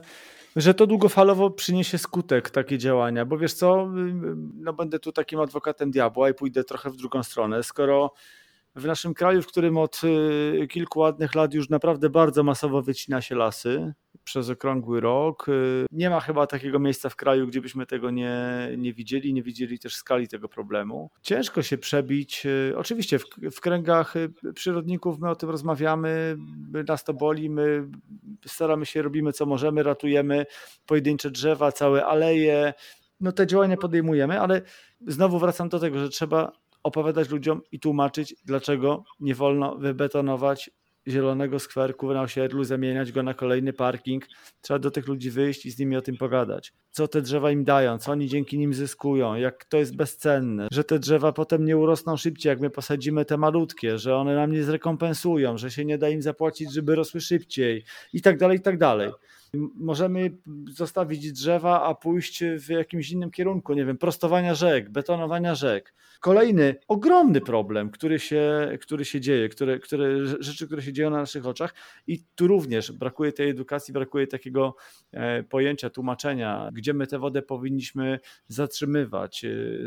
Speaker 1: że to długofalowo przyniesie skutek takie działania? Bo wiesz co, no będę tu takim adwokatem diabła i pójdę trochę w drugą stronę. Skoro w naszym kraju, w którym od kilku ładnych lat już naprawdę bardzo masowo wycina się lasy przez okrągły rok, nie ma chyba takiego miejsca w kraju, gdzie byśmy tego nie widzieli też skali tego problemu. Ciężko się przebić, oczywiście w kręgach przyrodników my o tym rozmawiamy, nas to boli, my staramy się, robimy co możemy, ratujemy pojedyncze drzewa, całe aleje, no te działania podejmujemy, ale znowu wracam do tego, że trzeba opowiadać ludziom i tłumaczyć, dlaczego nie wolno wybetonować zielonego skwerku na osiedlu, zamieniać go na kolejny parking. Trzeba do tych ludzi wyjść i z nimi o tym pogadać. Co te drzewa im dają, co oni dzięki nim zyskują, jak to jest bezcenne, że te drzewa potem nie urosną szybciej, jak my posadzimy te malutkie, że one nam nie zrekompensują, że się nie da im zapłacić, żeby rosły szybciej i tak dalej, i tak dalej. Możemy zostawić drzewa, a pójść w jakimś innym kierunku, nie wiem, prostowania rzek, betonowania rzek. Kolejny ogromny problem, który się dzieje, rzeczy, które się dzieją na naszych oczach i tu również brakuje tej edukacji, brakuje takiego pojęcia, tłumaczenia, gdzie my tę wodę powinniśmy zatrzymywać,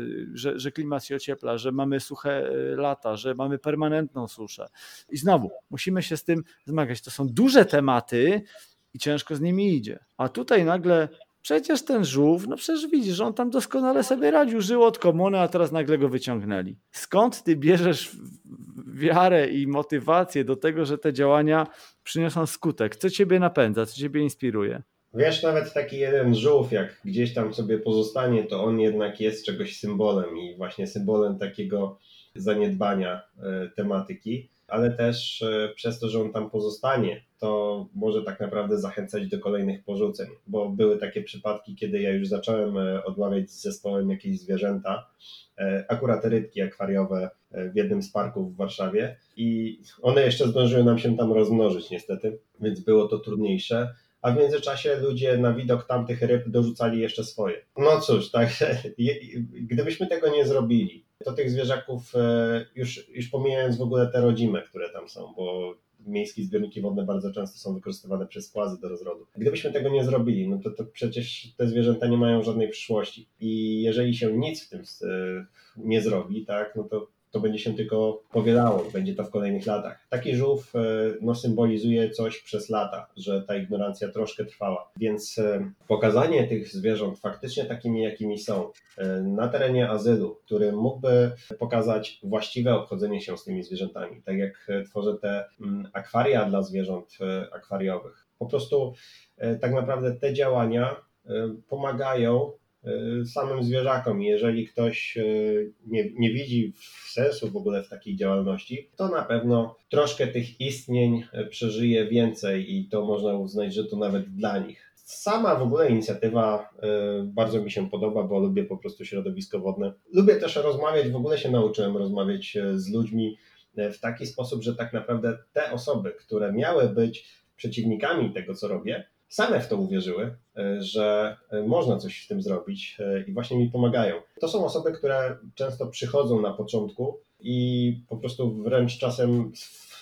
Speaker 1: że klimat się ociepla, że mamy suche lata, że mamy permanentną suszę. I znowu, musimy się z tym zmagać. To są duże tematy, i ciężko z nimi idzie. A tutaj nagle przecież ten żółw, no przecież widzisz, że on tam doskonale sobie radził, żył od komuny, a teraz nagle go wyciągnęli. Skąd ty bierzesz wiarę i motywację do tego, że te działania przyniosą skutek? Co ciebie napędza, co ciebie inspiruje?
Speaker 2: Wiesz, nawet taki jeden żółw, jak gdzieś tam sobie pozostanie, to on jednak jest czegoś symbolem i właśnie symbolem takiego zaniedbania tematyki, ale też przez to, że on tam pozostanie, to może tak naprawdę zachęcać do kolejnych porzuceń, bo były takie przypadki, kiedy ja już zacząłem odławiać z zespołem jakieś zwierzęta, akurat rybki akwariowe w jednym z parków w Warszawie i one jeszcze zdążyły nam się tam rozmnożyć niestety, więc było to trudniejsze. A w międzyczasie ludzie na widok tamtych ryb dorzucali jeszcze swoje. No cóż, także gdybyśmy tego nie zrobili, to tych zwierzaków, już pomijając w ogóle te rodzime, które tam są, bo miejskie zbiorniki wodne bardzo często są wykorzystywane przez płazy do rozrodu. Gdybyśmy tego nie zrobili, no to przecież te zwierzęta nie mają żadnej przyszłości. I jeżeli się nic w tym nie zrobi, tak, no to będzie się tylko powielało, będzie to w kolejnych latach. Taki żółw symbolizuje coś przez lata, że ta ignorancja troszkę trwała. Więc pokazanie tych zwierząt faktycznie takimi, jakimi są, na terenie azylu, który mógłby pokazać właściwe obchodzenie się z tymi zwierzętami, tak jak tworzę te akwaria dla zwierząt akwariowych. Po prostu tak naprawdę te działania pomagają samym zwierzakom. Jeżeli ktoś nie widzi sensu w ogóle w takiej działalności, to na pewno troszkę tych istnień przeżyje więcej i to można uznać, że to nawet dla nich Sama w ogóle inicjatywa bardzo mi się podoba, bo lubię po prostu środowisko wodne. Lubię też rozmawiać, w ogóle się nauczyłem rozmawiać z ludźmi w taki sposób, że tak naprawdę te osoby, które miały być przeciwnikami tego, co robię, same w to uwierzyły, że można coś z tym zrobić i właśnie mi pomagają. To są osoby, które często przychodzą na początku i po prostu wręcz czasem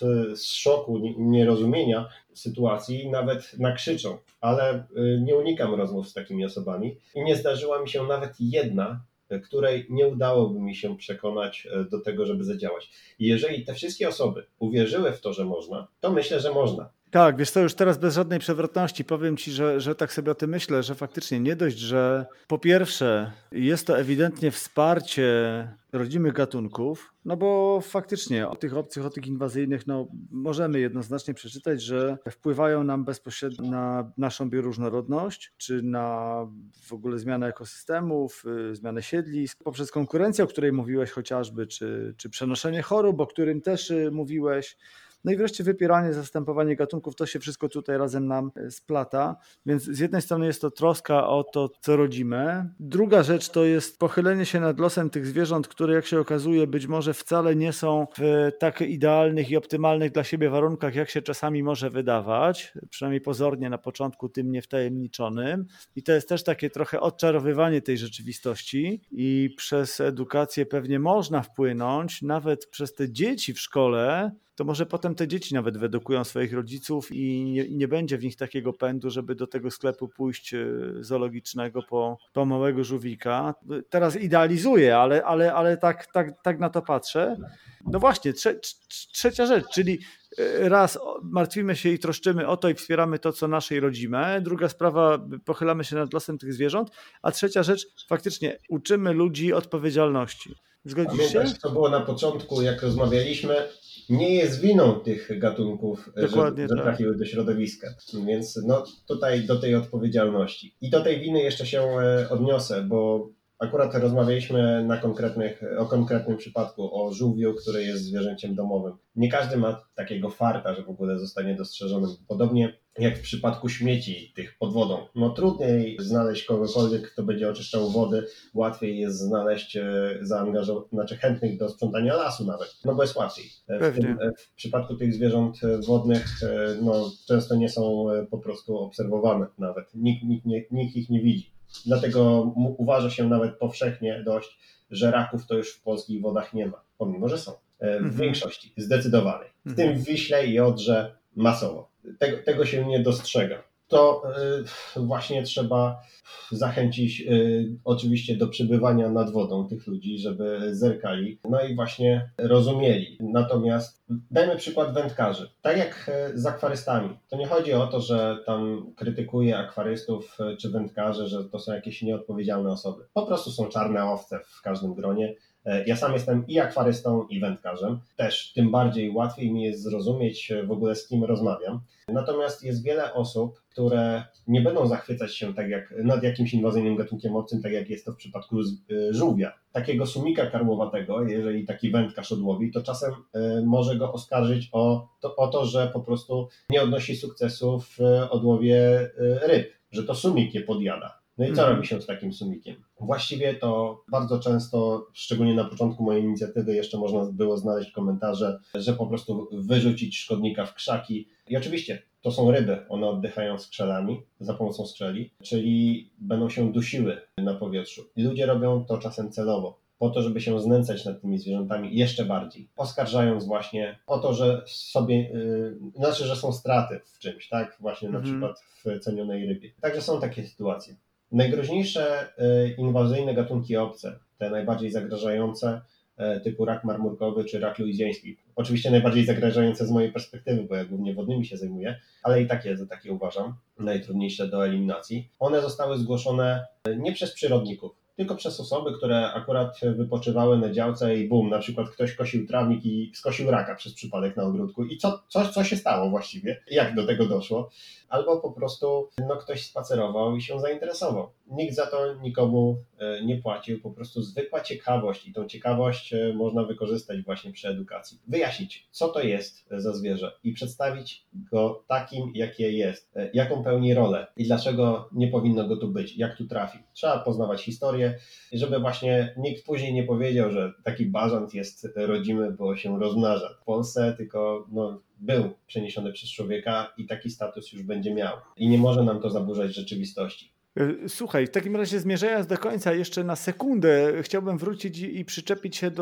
Speaker 2: z szoku, nierozumienia sytuacji nawet nakrzyczą, ale nie unikam rozmów z takimi osobami i nie zdarzyła mi się nawet jedna, której nie udałoby mi się przekonać do tego, żeby zadziałać. I jeżeli te wszystkie osoby uwierzyły w to, że można, to myślę, że można.
Speaker 1: Tak, wiesz co, już teraz bez żadnej przewrotności powiem Ci, że tak sobie o tym myślę, że faktycznie nie dość, że po pierwsze jest to ewidentnie wsparcie rodzimych gatunków, no bo faktycznie o tych obcych, o tych inwazyjnych, no możemy jednoznacznie przeczytać, że wpływają nam bezpośrednio na naszą bioróżnorodność, czy na w ogóle zmianę ekosystemów, zmianę siedlisk, poprzez konkurencję, o której mówiłeś chociażby, czy przenoszenie chorób, o którym też mówiłeś. No i wreszcie wypieranie, zastępowanie gatunków, to się wszystko tutaj razem nam splata, więc z jednej strony jest to troska o to, co rodzime. Druga rzecz to jest pochylenie się nad losem tych zwierząt, które jak się okazuje być może wcale nie są w tak idealnych i optymalnych dla siebie warunkach, jak się czasami może wydawać, przynajmniej pozornie na początku tym niewtajemniczonym. I to jest też takie trochę odczarowywanie tej rzeczywistości i przez edukację pewnie można wpłynąć, nawet przez te dzieci w szkole, to może potem te dzieci nawet wyedukują swoich rodziców i nie będzie w nich takiego pędu, żeby do tego sklepu pójść zoologicznego po małego żółwika. Teraz idealizuję, ale tak na to patrzę. No właśnie, trzecia rzecz, czyli raz martwimy się i troszczymy o to i wspieramy to, co nasze i rodzime. Druga sprawa, pochylamy się nad losem tych zwierząt. A trzecia rzecz, faktycznie uczymy ludzi odpowiedzialności. Zgodzisz się?
Speaker 2: Pamiętasz, co było na początku, jak rozmawialiśmy? Nie jest winą tych gatunków, że trafiły do środowiska. Więc no, tutaj do tej odpowiedzialności. I do tej winy jeszcze się odniosę, bo akurat rozmawialiśmy o konkretnym przypadku, o żółwiu, który jest zwierzęciem domowym. Nie każdy ma takiego farta, że w ogóle zostanie dostrzeżonym. Podobnie jak w przypadku śmieci tych pod wodą. No trudniej znaleźć kogokolwiek, kto będzie oczyszczał wody, łatwiej jest znaleźć chętnych do sprzątania lasu nawet, no bo jest łatwiej. W przypadku tych zwierząt wodnych no, często nie są po prostu obserwowane nawet. Nikt ich nie widzi. Dlatego uważa się nawet powszechnie dość, że raków to już w polskich wodach nie ma, pomimo że są. W większości, zdecydowanej. W tym w Wiśle i Odrze masowo. Tego się nie dostrzega. To właśnie trzeba zachęcić oczywiście do przebywania nad wodą tych ludzi, żeby zerkali, no i właśnie rozumieli. Natomiast dajmy przykład wędkarzy. Tak jak z akwarystami. To nie chodzi o to, że tam krytykuję akwarystów czy wędkarzy, że to są jakieś nieodpowiedzialne osoby. Po prostu są czarne owce w każdym gronie. Ja sam jestem i akwarystą, i wędkarzem. Też tym bardziej łatwiej mi jest zrozumieć w ogóle, z kim rozmawiam. Natomiast jest wiele osób, które nie będą zachwycać się tak jak nad jakimś inwazyjnym gatunkiem obcym, tak jak jest to w przypadku żółwia. Takiego sumika karłowatego, jeżeli taki wędkarz odłowi, to czasem może go oskarżyć o to, że po prostu nie odnosi sukcesu w odłowie ryb, że to sumik je podjada. No i co robi się z takim sumikiem? Właściwie to bardzo często, szczególnie na początku mojej inicjatywy, jeszcze można było znaleźć komentarze, że po prostu wyrzucić szkodnika w krzaki. I oczywiście to są ryby, one oddychają skrzelami, za pomocą skrzeli, czyli będą się dusiły na powietrzu. I ludzie robią to czasem celowo, po to, żeby się znęcać nad tymi zwierzętami jeszcze bardziej, oskarżając właśnie o to, że że są straty w czymś, tak? Właśnie na przykład w cenionej rybie. Także są takie sytuacje. Najgroźniejsze inwazyjne gatunki obce, te najbardziej zagrażające, typu rak marmurkowy czy rak luizjański. Oczywiście najbardziej zagrażające z mojej perspektywy, bo ja głównie wodnymi się zajmuję, ale i takie uważam, najtrudniejsze do eliminacji. One zostały zgłoszone nie przez przyrodników, tylko przez osoby, które akurat wypoczywały na działce i bum, na przykład ktoś kosił trawnik i skosił raka przez przypadek na ogródku. I co się stało właściwie? Jak do tego doszło? Albo po prostu ktoś spacerował i się zainteresował. nikt za to nikomu nie płacił, po prostu zwykła ciekawość i tą ciekawość można wykorzystać właśnie przy edukacji. Wyjaśnić, co to jest za zwierzę i przedstawić go takim, jakie jest, jaką pełni rolę i dlaczego nie powinno go tu być, jak tu trafił. Trzeba poznawać historię, żeby właśnie nikt później nie powiedział, że taki bażant jest rodzimy, bo się rozmnaża w Polsce, tylko był przeniesiony przez człowieka i taki status już będzie miał. I nie może nam to zaburzać rzeczywistości.
Speaker 1: Słuchaj, w takim razie zmierzając do końca, jeszcze na sekundę chciałbym wrócić i przyczepić się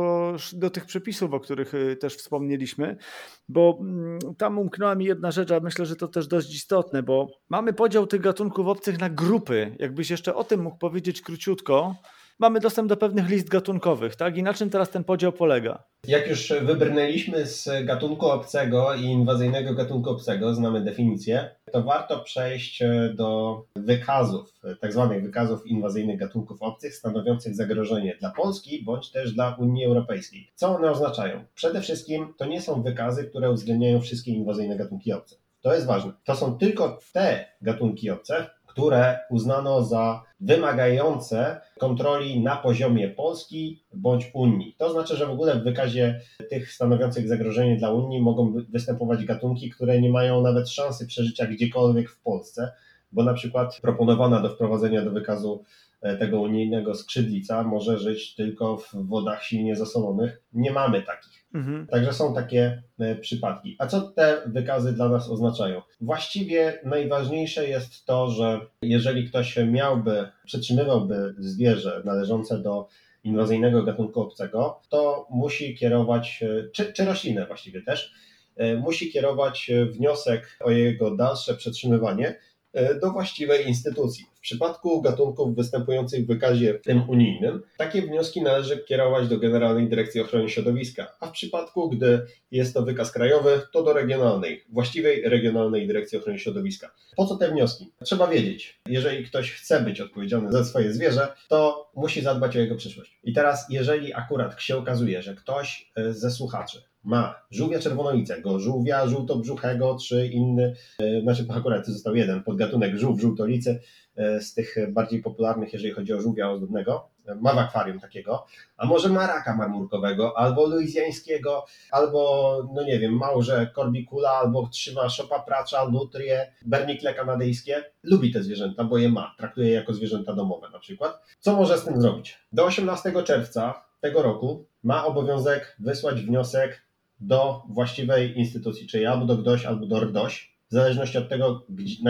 Speaker 1: do tych przepisów, o których też wspomnieliśmy, bo tam umknęła mi jedna rzecz, a myślę, że to też dość istotne, bo mamy podział tych gatunków obcych na grupy. Jakbyś jeszcze o tym mógł powiedzieć króciutko. Mamy dostęp do pewnych list gatunkowych, tak? I na czym teraz ten podział polega?
Speaker 2: Jak już wybrnęliśmy z gatunku obcego i inwazyjnego gatunku obcego, znamy definicję, to warto przejść do wykazów, tak zwanych wykazów inwazyjnych gatunków obcych stanowiących zagrożenie dla Polski bądź też dla Unii Europejskiej. Co one oznaczają? Przede wszystkim to nie są wykazy, które uwzględniają wszystkie inwazyjne gatunki obce. To jest ważne. To są tylko te gatunki obce, które uznano za wymagające kontroli na poziomie Polski bądź Unii. To znaczy, że w ogóle w wykazie tych stanowiących zagrożenie dla Unii mogą występować gatunki, które nie mają nawet szansy przeżycia gdziekolwiek w Polsce, bo na przykład proponowana do wprowadzenia do wykazu tego unijnego skrzydlica może żyć tylko w wodach silnie zasolonych. Nie mamy takich. Także są takie przypadki. A co te wykazy dla nas oznaczają? Właściwie najważniejsze jest to, że jeżeli ktoś przetrzymywałby zwierzę należące do inwazyjnego gatunku obcego, to musi kierować, czy roślinę właściwie też, musi kierować wniosek o jego dalsze przetrzymywanie do właściwej instytucji. W przypadku gatunków występujących w wykazie tym unijnym, takie wnioski należy kierować do Generalnej Dyrekcji Ochrony Środowiska, a w przypadku, gdy jest to wykaz krajowy, to do właściwej Regionalnej Dyrekcji Ochrony Środowiska. Po co te wnioski? Trzeba wiedzieć, jeżeli ktoś chce być odpowiedzialny za swoje zwierzę, to musi zadbać o jego przyszłość. I teraz, jeżeli akurat się okazuje, że ktoś ze słuchaczy ma żółwia czerwonolicego, żółwia żółtobrzuchego, czy inny, akurat został jeden podgatunek żółtolicy, z tych bardziej popularnych, jeżeli chodzi o żółwia ozdobnego, ma w akwarium takiego, a może ma raka marmurkowego, albo luizjańskiego, albo, małże korbikula, albo trzyma szopa pracza, nutrię, bernikle kanadyjskie, lubi te zwierzęta, bo je ma, traktuje je jako zwierzęta domowe na przykład. Co może z tym zrobić? Do 18 czerwca tego roku ma obowiązek wysłać wniosek do właściwej instytucji, czyli albo do GDOŚ, albo do RDOŚ, w zależności od tego,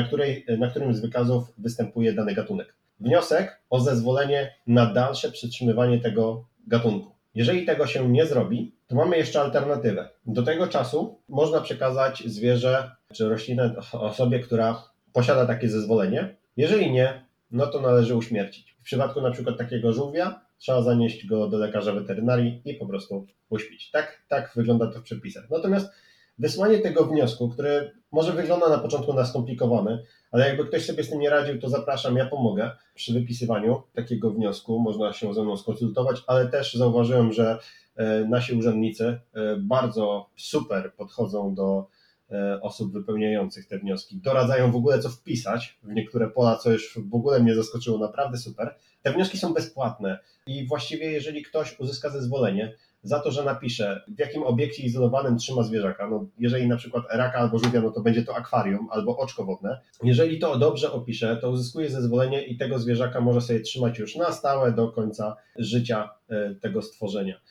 Speaker 2: na którym z wykazów występuje dany gatunek. Wniosek o zezwolenie na dalsze przetrzymywanie tego gatunku. Jeżeli tego się nie zrobi, to mamy jeszcze alternatywę. Do tego czasu można przekazać zwierzę czy roślinę osobie, która posiada takie zezwolenie. Jeżeli nie, no to należy uśmiercić. W przypadku na przykład takiego żółwia trzeba zanieść go do lekarza weterynarii i po prostu uśpić. Tak wygląda to w przepisach. Natomiast wysłanie tego wniosku, który może wygląda na początku na skomplikowany, ale jakby ktoś sobie z tym nie radził, to zapraszam, ja pomogę przy wypisywaniu takiego wniosku. Można się ze mną skonsultować, ale też zauważyłem, że nasi urzędnicy bardzo super podchodzą do osób wypełniających te wnioski. Doradzają w ogóle, co wpisać w niektóre pola, co już w ogóle mnie zaskoczyło, naprawdę super. Te wnioski są bezpłatne i właściwie jeżeli ktoś uzyska zezwolenie za to, że napisze, w jakim obiekcie izolowanym trzyma zwierzaka, jeżeli na przykład raka albo żółwia, to będzie to akwarium albo oczko wodne. Jeżeli to dobrze opisze, to uzyskuje zezwolenie i tego zwierzaka może sobie trzymać już na stałe do końca życia tego stworzenia.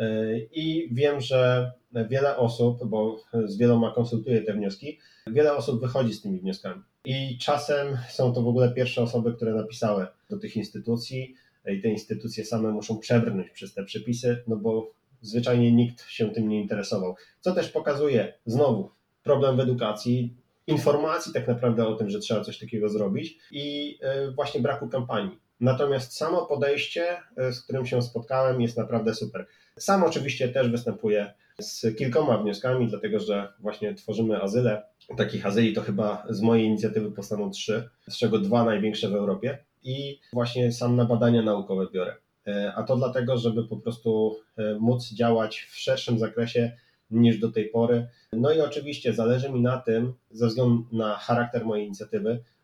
Speaker 2: I wiem, że wiele osób, bo z wieloma konsultuję te wnioski, wiele osób wychodzi z tymi wnioskami. I czasem są to w ogóle pierwsze osoby, które napisały do tych instytucji i te instytucje same muszą przebrnąć przez te przepisy, bo zwyczajnie nikt się tym nie interesował. Co też pokazuje znowu problem w edukacji, informacji tak naprawdę o tym, że trzeba coś takiego zrobić i właśnie braku kampanii. Natomiast samo podejście, z którym się spotkałem, jest naprawdę super. Sam oczywiście też występuję z kilkoma wnioskami, dlatego że właśnie tworzymy azyle. Takich azyli to chyba z mojej inicjatywy powstaną 3, z czego 2 największe w Europie i właśnie sam na badania naukowe biorę. A to dlatego, żeby po prostu móc działać w szerszym zakresie niż do tej pory. No i oczywiście zależy mi na tym, ze względu na charakter mojej inicjatywy,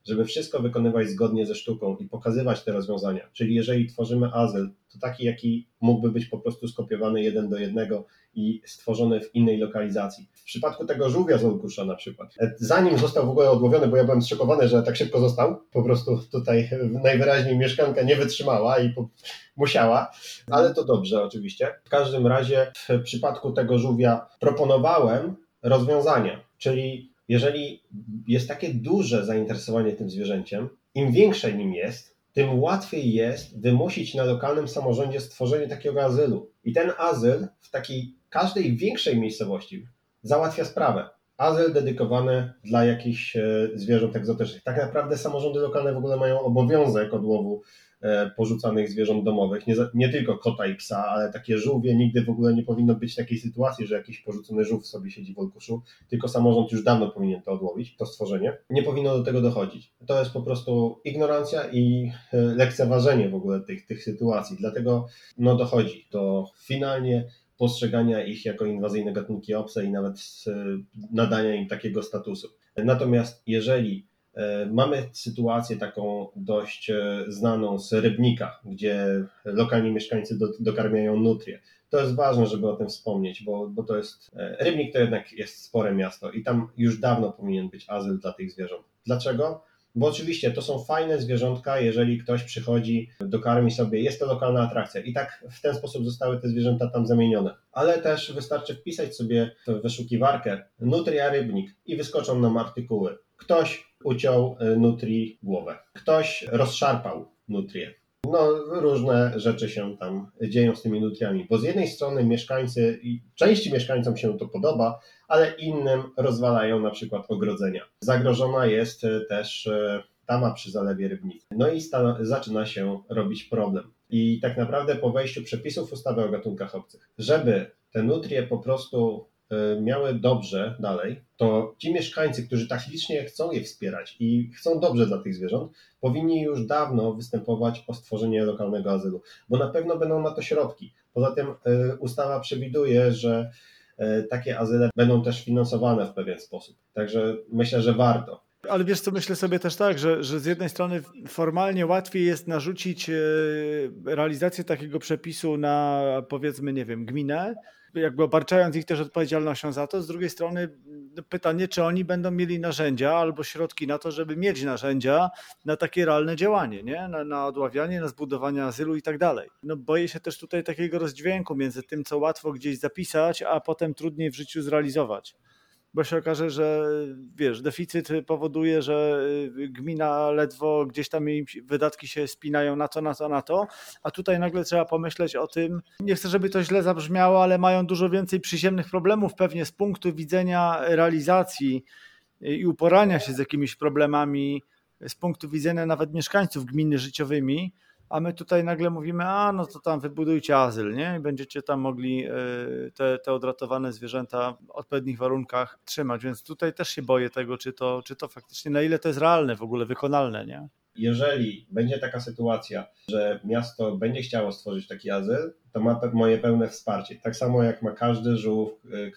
Speaker 2: żeby wszystko wykonywać zgodnie ze sztuką i pokazywać te rozwiązania. Czyli jeżeli tworzymy azyl, to taki, jaki mógłby być po prostu skopiowany 1:1 i stworzony w innej lokalizacji. W przypadku tego żółwia z Olkusza na przykład, zanim został w ogóle odłowiony, bo ja byłem zszokowany, że tak szybko został, po prostu tutaj najwyraźniej mieszkanka nie wytrzymała i musiała, ale to dobrze oczywiście. W każdym razie w przypadku tego żółwia proponowałem rozwiązania, czyli jeżeli jest takie duże zainteresowanie tym zwierzęciem, im większe nim jest, tym łatwiej jest wymusić na lokalnym samorządzie stworzenie takiego azylu. I ten azyl w takiej każdej większej miejscowości załatwia sprawę. Azyl dedykowany dla jakichś zwierząt egzotycznych. Tak naprawdę samorządy lokalne w ogóle mają obowiązek odłowu porzucanych zwierząt domowych, nie tylko kota i psa, ale takie żółwie. Nigdy w ogóle nie powinno być takiej sytuacji, że jakiś porzucony żółw sobie siedzi w Olkuszu, tylko samorząd już dawno powinien to odłowić, to stworzenie. Nie powinno do tego dochodzić. To jest po prostu ignorancja i lekceważenie w ogóle tych sytuacji, dlatego dochodzi do finalnie postrzegania ich jako inwazyjne gatunki obce i nawet nadania im takiego statusu. Natomiast jeżeli mamy sytuację taką dość znaną z Rybnika, gdzie lokalni mieszkańcy dokarmiają nutrię. To jest ważne, żeby o tym wspomnieć, bo to jest, Rybnik to jednak jest spore miasto i tam już dawno powinien być azyl dla tych zwierząt. Dlaczego? Bo oczywiście to są fajne zwierzątka, jeżeli ktoś przychodzi, dokarmi sobie, jest to lokalna atrakcja i tak w ten sposób zostały te zwierzęta tam zamienione. Ale też wystarczy wpisać sobie w wyszukiwarkę nutria Rybnik i wyskoczą nam artykuły. Ktoś uciął nutrii głowę, ktoś rozszarpał nutrię. Różne rzeczy się tam dzieją z tymi nutriami, bo z jednej strony mieszkańcy, i części mieszkańcom się to podoba, ale innym rozwalają na przykład ogrodzenia. Zagrożona jest też tama przy zalewie Rybnika. I zaczyna się robić problem. I tak naprawdę po wejściu przepisów ustawy o gatunkach obcych, żeby te nutrie po prostu miały dobrze dalej, to ci mieszkańcy, którzy tak licznie chcą je wspierać i chcą dobrze dla tych zwierząt, powinni już dawno występować o stworzenie lokalnego azylu, bo na pewno będą na to środki. Poza tym ustawa przewiduje, że takie azyle będą też finansowane w pewien sposób. Także myślę, że warto.
Speaker 1: Ale wiesz co, myślę sobie też tak, że z jednej strony formalnie łatwiej jest narzucić realizację takiego przepisu na, powiedzmy, nie wiem, gminę, jakby obarczając ich też odpowiedzialnością za to. Z drugiej strony pytanie, czy oni będą mieli narzędzia albo środki na to, żeby mieć narzędzia na takie realne działanie, nie? Na odławianie, na zbudowanie azylu i tak dalej. Boję się też tutaj takiego rozdźwięku między tym, co łatwo gdzieś zapisać, a potem trudniej w życiu zrealizować. Bo się okaże, że deficyt powoduje, że gmina ledwo gdzieś tam jej wydatki się spinają na to, a tutaj nagle trzeba pomyśleć o tym, nie chcę, żeby to źle zabrzmiało, ale mają dużo więcej przyziemnych problemów pewnie z punktu widzenia realizacji i uporania się z jakimiś problemami, z punktu widzenia nawet mieszkańców gminy życiowymi, a my tutaj nagle mówimy, to tam wybudujcie azyl, nie? I będziecie tam mogli te odratowane zwierzęta w odpowiednich warunkach trzymać, więc tutaj też się boję tego, czy to faktycznie, na ile to jest realne w ogóle, wykonalne, nie?
Speaker 2: Jeżeli będzie taka sytuacja, że miasto będzie chciało stworzyć taki azyl, to ma moje pełne wsparcie. Tak samo jak ma każdy żółw,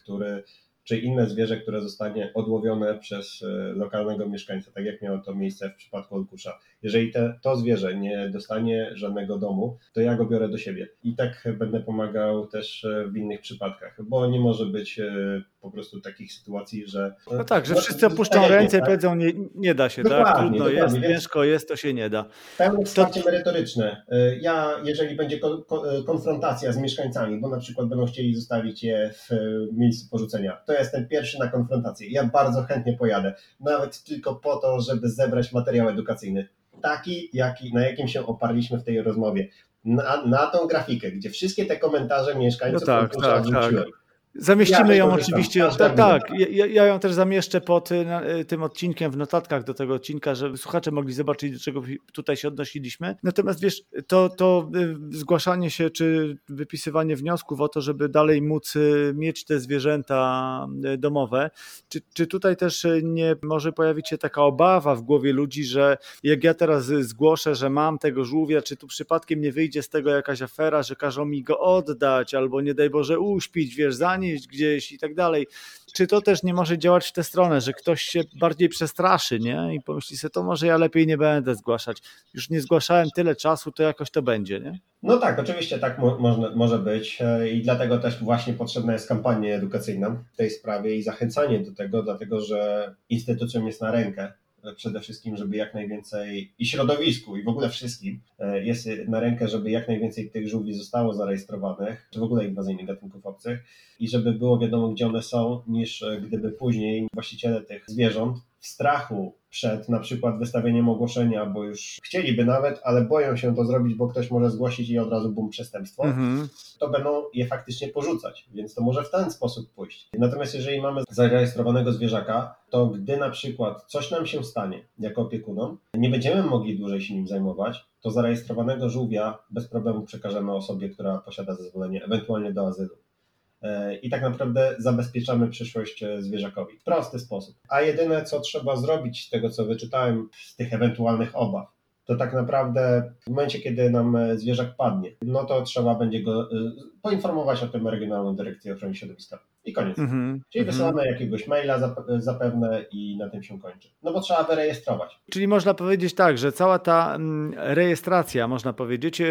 Speaker 2: czy inne zwierzę, które zostanie odłowione przez lokalnego mieszkańca, tak jak miało to miejsce w przypadku Olkusza. Jeżeli to zwierzę nie dostanie żadnego domu, to ja go biorę do siebie. I tak będę pomagał też w innych przypadkach, bo nie może być po prostu takich sytuacji, że...
Speaker 1: że wszyscy opuszczą ręce i powiedzą, nie da się,
Speaker 2: dokładnie,
Speaker 1: tak? Trudno jest,
Speaker 2: więc
Speaker 1: ciężko jest, to się nie da.
Speaker 2: Pełne wsparcie merytoryczne. Jeżeli będzie konfrontacja z mieszkańcami, bo na przykład będą chcieli zostawić je w miejscu porzucenia, to ja jestem pierwszy na konfrontację. Ja bardzo chętnie pojadę, nawet tylko po to, żeby zebrać materiał edukacyjny. Taki, na jakim się oparliśmy w tej rozmowie. Na tą grafikę, gdzie wszystkie te komentarze mieszkańców wrzuciłem.
Speaker 1: Zamieścimy ją oczywiście, tak. Ja ją też zamieszczę pod tym odcinkiem w notatkach do tego odcinka, żeby słuchacze mogli zobaczyć, do czego tutaj się odnosiliśmy. Natomiast wiesz, to zgłaszanie się czy wypisywanie wniosków o to, żeby dalej móc mieć te zwierzęta domowe, czy tutaj też nie może pojawić się taka obawa w głowie ludzi, że jak ja teraz zgłoszę, że mam tego żółwia, czy tu przypadkiem nie wyjdzie z tego jakaś afera, że każą mi go oddać albo nie daj Boże uśpić, zanim zanieść gdzieś i tak dalej. Czy to też nie może działać w tę stronę, że ktoś się bardziej przestraszy, nie? I pomyśli sobie, to może ja lepiej nie będę zgłaszać. Już nie zgłaszałem tyle czasu, to jakoś to będzie, nie?
Speaker 2: No tak, oczywiście tak może być i dlatego też właśnie potrzebna jest kampania edukacyjna w tej sprawie i zachęcanie do tego, dlatego że instytucjom jest na rękę przede wszystkim, żeby jak najwięcej i środowisku i w ogóle wszystkim jest na rękę, żeby jak najwięcej tych żółwi zostało zarejestrowanych, czy w ogóle inwazyjnych gatunków obcych i żeby było wiadomo, gdzie one są, niż gdyby później właściciele tych zwierząt w strachu przed na przykład wystawieniem ogłoszenia, bo już chcieliby nawet, ale boją się to zrobić, bo ktoś może zgłosić i od razu bum, przestępstwo, to będą je faktycznie porzucać, więc to może w ten sposób pójść. Natomiast jeżeli mamy zarejestrowanego zwierzaka, to gdy na przykład coś nam się stanie jako opiekunom, nie będziemy mogli dłużej się nim zajmować, to zarejestrowanego żółwia bez problemu przekażemy osobie, która posiada zezwolenie, ewentualnie do azylu. I tak naprawdę zabezpieczamy przyszłość zwierzakowi. W prosty sposób. A jedyne, co trzeba zrobić z tego, co wyczytałem, z tych ewentualnych obaw, to tak naprawdę w momencie, kiedy nam zwierzak padnie, no to trzeba będzie go poinformować o tym Regionalną Dyrekcję Ochrony Środowiska. I koniec. Czyli wysyłamy jakiegoś maila zapewne i na tym się kończy. No bo trzeba wyrejestrować.
Speaker 1: Czyli można powiedzieć tak, że cała ta rejestracja, można powiedzieć,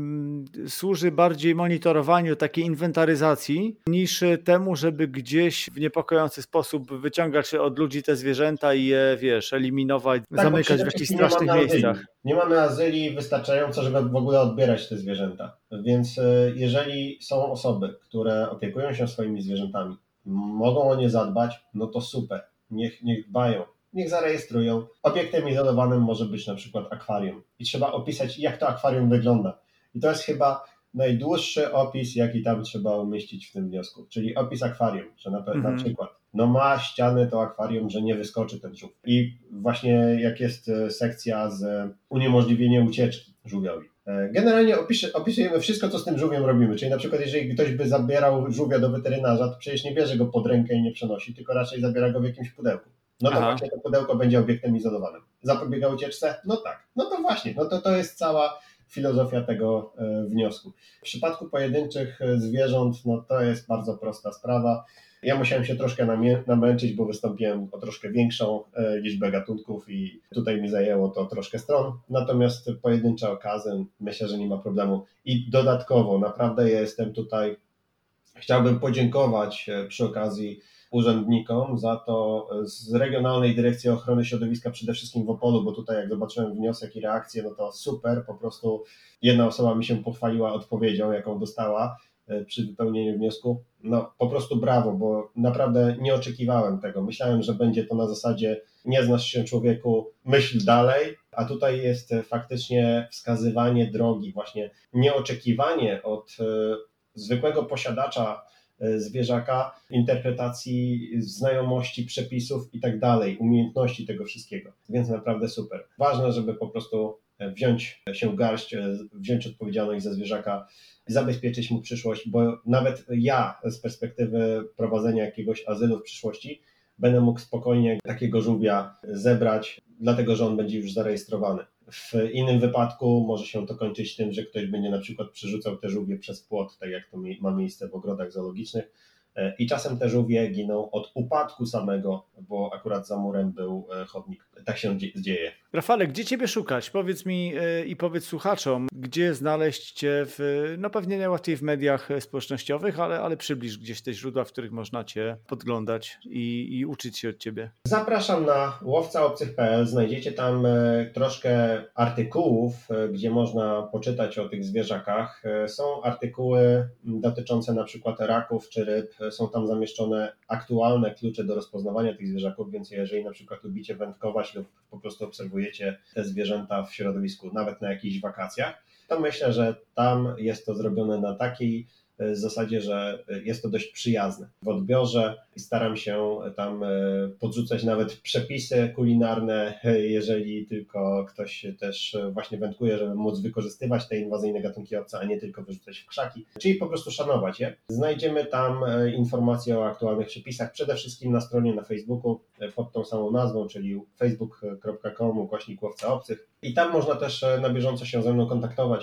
Speaker 1: służy bardziej monitorowaniu takiej inwentaryzacji niż temu, żeby gdzieś w niepokojący sposób wyciągać od ludzi te zwierzęta i je, eliminować, tak, zamykać w jakichś strasznych miejscach.
Speaker 2: Nie mamy azyli wystarczająco, żeby w ogóle odbierać te zwierzęta. Więc jeżeli są osoby, które opiekują się swoimi zwierzętami, mogą o nie zadbać, no to super. Niech dbają. Niech zarejestrują. Obiektem izolowanym może być na przykład akwarium. I trzeba opisać, jak to akwarium wygląda. I to jest chyba najdłuższy opis, jaki tam trzeba umieścić w tym wniosku. Czyli opis akwarium, że na przykład ma ściany to akwarium, że nie wyskoczy ten żółw. I właśnie jak jest sekcja z uniemożliwieniem ucieczki żółwiowi. Generalnie opisujemy wszystko, co z tym żółwiem robimy. Czyli na przykład jeżeli ktoś by zabierał żółwia do weterynarza, to przecież nie bierze go pod rękę i nie przenosi, tylko raczej zabiera go w jakimś pudełku. No to właśnie to pudełko będzie obiektem izolowanym. Zapobiega ucieczce? No tak. No to właśnie, to jest cała filozofia tego wniosku. W przypadku pojedynczych zwierząt, no to jest bardzo prosta sprawa. Ja musiałem się troszkę namęczyć, bo wystąpiłem o troszkę większą liczbę gatunków i tutaj mi zajęło to troszkę stron. Natomiast pojedyncze okazy, myślę, że nie ma problemu. I dodatkowo, naprawdę jestem tutaj, chciałbym podziękować przy okazji urzędnikom za to z Regionalnej Dyrekcji Ochrony Środowiska, przede wszystkim w Opolu, bo tutaj jak zobaczyłem wniosek i reakcję, no to super, po prostu jedna osoba mi się pochwaliła odpowiedzią, jaką dostała przy wypełnieniu wniosku. No po prostu brawo, bo naprawdę nie oczekiwałem tego. Myślałem, że będzie to na zasadzie nie znasz się człowieku, myśl dalej, a tutaj jest faktycznie wskazywanie drogi, właśnie nieoczekiwanie od zwykłego posiadacza zwierzaka, interpretacji, znajomości przepisów i tak dalej, umiejętności tego wszystkiego. Więc naprawdę super. Ważne, żeby po prostu wziąć się w garść, wziąć odpowiedzialność za zwierzaka, zabezpieczyć mu przyszłość, bo nawet ja z perspektywy prowadzenia jakiegoś azylu w przyszłości będę mógł spokojnie takiego żółwia zebrać, dlatego że on będzie już zarejestrowany. W innym wypadku może się to kończyć tym, że ktoś będzie na przykład przerzucał te żółwie przez płot, tak jak to ma miejsce w ogrodach zoologicznych. I czasem te żółwie giną od upadku samego, bo akurat za murem był chodnik. Tak się dzieje.
Speaker 1: Rafale, gdzie Ciebie szukać? Powiedz mi i powiedz słuchaczom, gdzie znaleźć Cię pewnie najłatwiej w mediach społecznościowych, ale przybliż gdzieś te źródła, w których można Cię podglądać i uczyć się od Ciebie.
Speaker 2: Zapraszam na łowcaobcych.pl. Znajdziecie tam troszkę artykułów, gdzie można poczytać o tych zwierzakach. Są artykuły dotyczące na przykład raków czy ryb. Są tam zamieszczone aktualne klucze do rozpoznawania tych zwierzaków, więc jeżeli na przykład lubicie wędkować lub po prostu obserwujecie te zwierzęta w środowisku, nawet na jakichś wakacjach, to myślę, że tam jest to zrobione na takiej zasadzie, że jest to dość przyjazne w odbiorze i staram się tam podrzucać nawet przepisy kulinarne, jeżeli tylko ktoś też właśnie wędkuje, żeby móc wykorzystywać te inwazyjne gatunki obce, a nie tylko wyrzucać w krzaki, czyli po prostu szanować je. Znajdziemy tam informacje o aktualnych przepisach, przede wszystkim na stronie na Facebooku pod tą samą nazwą, czyli facebook.com/łowca obcych i tam można też na bieżąco się ze mną kontaktować.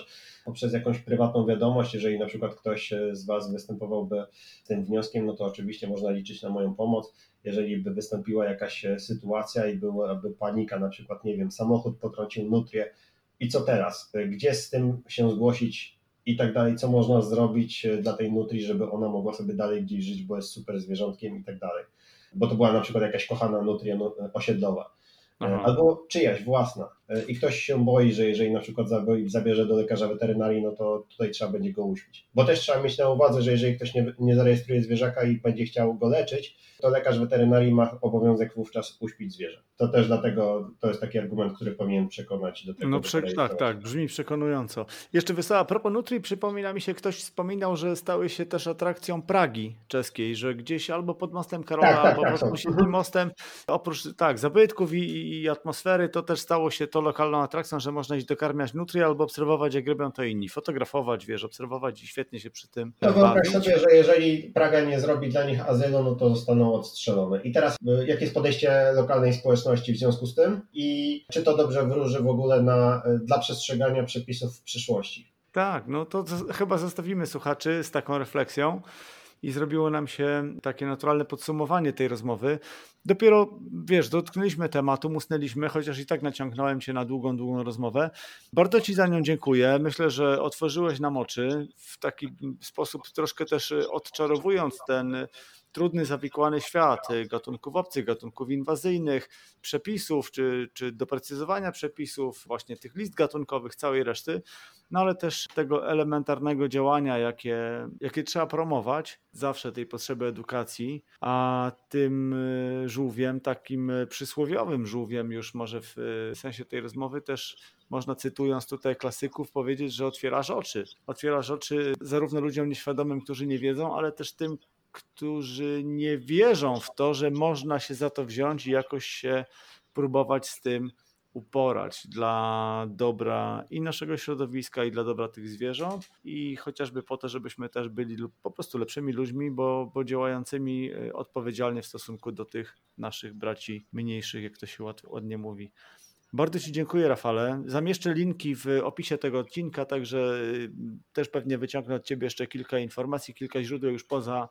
Speaker 2: poprzez jakąś prywatną wiadomość. Jeżeli na przykład ktoś z Was występowałby z tym wnioskiem, no to oczywiście można liczyć na moją pomoc. Jeżeli by wystąpiła jakaś sytuacja i byłaby panika, na przykład, nie wiem, samochód potrącił nutrię i co teraz? Gdzie z tym się zgłosić i tak dalej? Co można zrobić dla tej nutrii, żeby ona mogła sobie dalej gdzieś żyć, bo jest super zwierzątkiem i tak dalej. Bo to była na przykład jakaś kochana nutria osiedlowa. Aha. Albo czyjaś własna i ktoś się boi, że jeżeli na przykład zabierze do lekarza weterynarii, no to tutaj trzeba będzie go uśpić. Bo też trzeba mieć na uwadze, że jeżeli ktoś nie zarejestruje zwierzaka i będzie chciał go leczyć, to lekarz weterynarii ma obowiązek wówczas uśpić zwierzę. To też dlatego to jest taki argument, który powinien przekonać do tego.
Speaker 1: No tak, brzmi przekonująco. Jeszcze a propos nutrii, przypomina mi się, ktoś wspominał, że stały się też atrakcją Pragi czeskiej, że gdzieś albo pod mostem Karola, albo pod sąsiednim mostem, oprócz zabytków i atmosfery, to też stało się to lokalną atrakcją, że można iść dokarmiać nutrie albo obserwować, jak robią to inni. Fotografować, obserwować i świetnie się przy tym
Speaker 2: bawić. Wyobraź sobie, że jeżeli Praga nie zrobi dla nich azylu, no to zostaną odstrzelone. I teraz jakie jest podejście lokalnej społeczności w związku z tym i czy to dobrze wróży w ogóle dla przestrzegania przepisów w przyszłości?
Speaker 1: Tak, no to chyba zostawimy słuchaczy z taką refleksją i zrobiło nam się takie naturalne podsumowanie tej rozmowy. Dopiero, dotknęliśmy tematu, musnęliśmy, chociaż i tak naciągnąłem Cię na długą rozmowę. Bardzo Ci za nią dziękuję. Myślę, że otworzyłeś nam oczy w taki sposób troszkę też odczarowując ten trudny, zawikłany świat gatunków obcych, gatunków inwazyjnych, przepisów, czy doprecyzowania przepisów, właśnie tych list gatunkowych, całej reszty, no ale też tego elementarnego działania, jakie trzeba promować, zawsze tej potrzeby edukacji, a tym żółwiem, takim przysłowiowym żółwiem już może w sensie tej rozmowy też można, cytując tutaj klasyków, powiedzieć, że otwierasz oczy. Otwierasz oczy zarówno ludziom nieświadomym, którzy nie wiedzą, ale też tym, którzy nie wierzą w to, że można się za to wziąć i jakoś się próbować z tym uporać dla dobra i naszego środowiska, i dla dobra tych zwierząt, i chociażby po to, żebyśmy też byli po prostu lepszymi ludźmi, bo działającymi odpowiedzialnie w stosunku do tych naszych braci mniejszych, jak to się ładnie mówi. Bardzo Ci dziękuję, Rafale. Zamieszczę linki w opisie tego odcinka, także też pewnie wyciągnę od Ciebie jeszcze kilka informacji, kilka źródeł już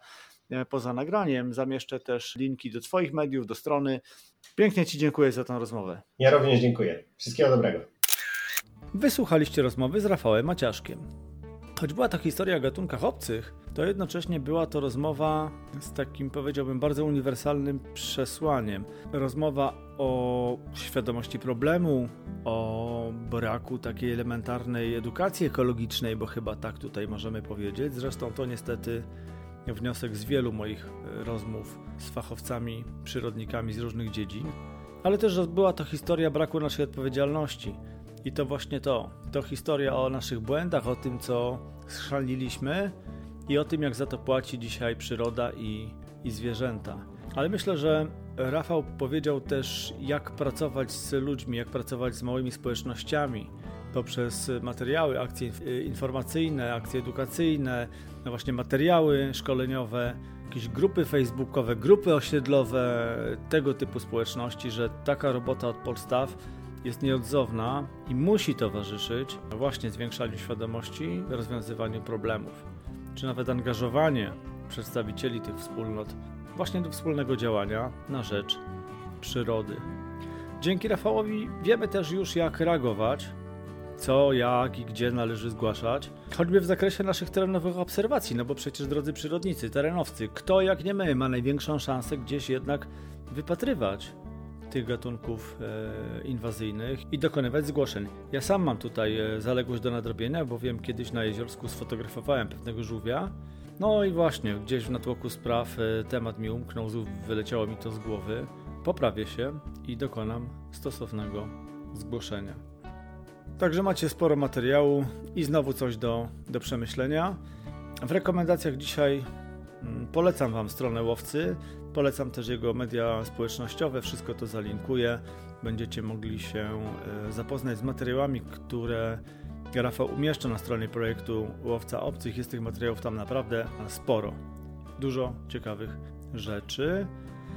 Speaker 1: poza nagraniem. Zamieszczę też linki do Twoich mediów, do strony. Pięknie Ci dziękuję za tę rozmowę.
Speaker 2: Ja również dziękuję. Wszystkiego dobrego.
Speaker 1: Wysłuchaliście rozmowy z Rafałem Maciaszkiem. Choć była to historia o gatunkach obcych, to jednocześnie była to rozmowa z takim, powiedziałbym, bardzo uniwersalnym przesłaniem. Rozmowa o świadomości problemu, o braku takiej elementarnej edukacji ekologicznej, bo chyba tak tutaj możemy powiedzieć. Zresztą to niestety wniosek z wielu moich rozmów z fachowcami, przyrodnikami z różnych dziedzin. Ale też była to historia braku naszej odpowiedzialności. I to właśnie to historia o naszych błędach, o tym, co schrzaniliśmy i o tym, jak za to płaci dzisiaj przyroda i zwierzęta. Ale myślę, że Rafał powiedział też, jak pracować z ludźmi, jak pracować z małymi społecznościami poprzez materiały, akcje informacyjne, akcje edukacyjne, no właśnie materiały szkoleniowe, jakieś grupy facebookowe, grupy osiedlowe, tego typu społeczności, że taka robota od podstaw jest nieodzowna i musi towarzyszyć właśnie zwiększaniu świadomości, rozwiązywaniu problemów, czy nawet angażowanie przedstawicieli tych wspólnot właśnie do wspólnego działania na rzecz przyrody. Dzięki Rafałowi wiemy też już, jak reagować, co, jak i gdzie należy zgłaszać, choćby w zakresie naszych terenowych obserwacji, no bo przecież, drodzy przyrodnicy, terenowcy, kto jak nie my ma największą szansę gdzieś jednak wypatrywać tych gatunków inwazyjnych i dokonywać zgłoszeń. Ja sam mam tutaj zaległość do nadrobienia, bowiem kiedyś na Jeziorsku sfotografowałem pewnego żółwia. No i właśnie, gdzieś w natłoku spraw temat mi umknął, wyleciało mi to z głowy. Poprawię się i dokonam stosownego zgłoszenia. Także macie sporo materiału i znowu coś do przemyślenia. W rekomendacjach dzisiaj polecam Wam stronę Łowcy, polecam też jego media społecznościowe, wszystko to zalinkuję. Będziecie mogli się zapoznać z materiałami, które Rafał umieszcza na stronie projektu Łowca Obcych. Jest tych materiałów tam naprawdę sporo. Dużo ciekawych rzeczy.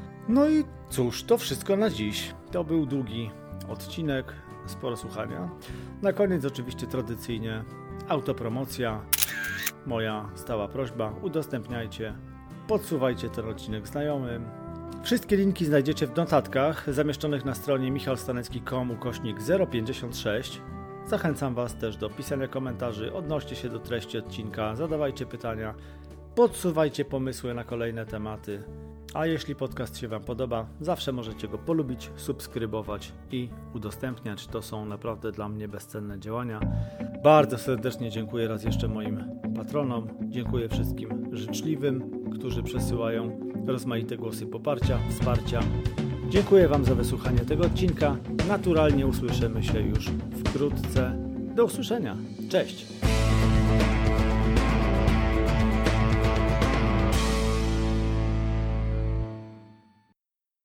Speaker 1: No i cóż, to wszystko na dziś. To był długi odcinek, sporo słuchania. Na koniec oczywiście tradycyjnie autopromocja, moja stała prośba, udostępniajcie, podsuwajcie ten odcinek znajomym. Wszystkie linki znajdziecie w notatkach zamieszczonych na stronie michalstanecki.com/056. Zachęcam Was też do pisania komentarzy, odnoście się do treści odcinka, zadawajcie pytania, podsuwajcie pomysły na kolejne tematy. A jeśli podcast się Wam podoba, zawsze możecie go polubić, subskrybować i udostępniać. To są naprawdę dla mnie bezcenne działania. Bardzo serdecznie dziękuję raz jeszcze moim patronom. Dziękuję wszystkim życzliwym, którzy przesyłają rozmaite głosy poparcia, wsparcia. Dziękuję Wam za wysłuchanie tego odcinka. Naturalnie usłyszymy się już wkrótce. Do usłyszenia. Cześć!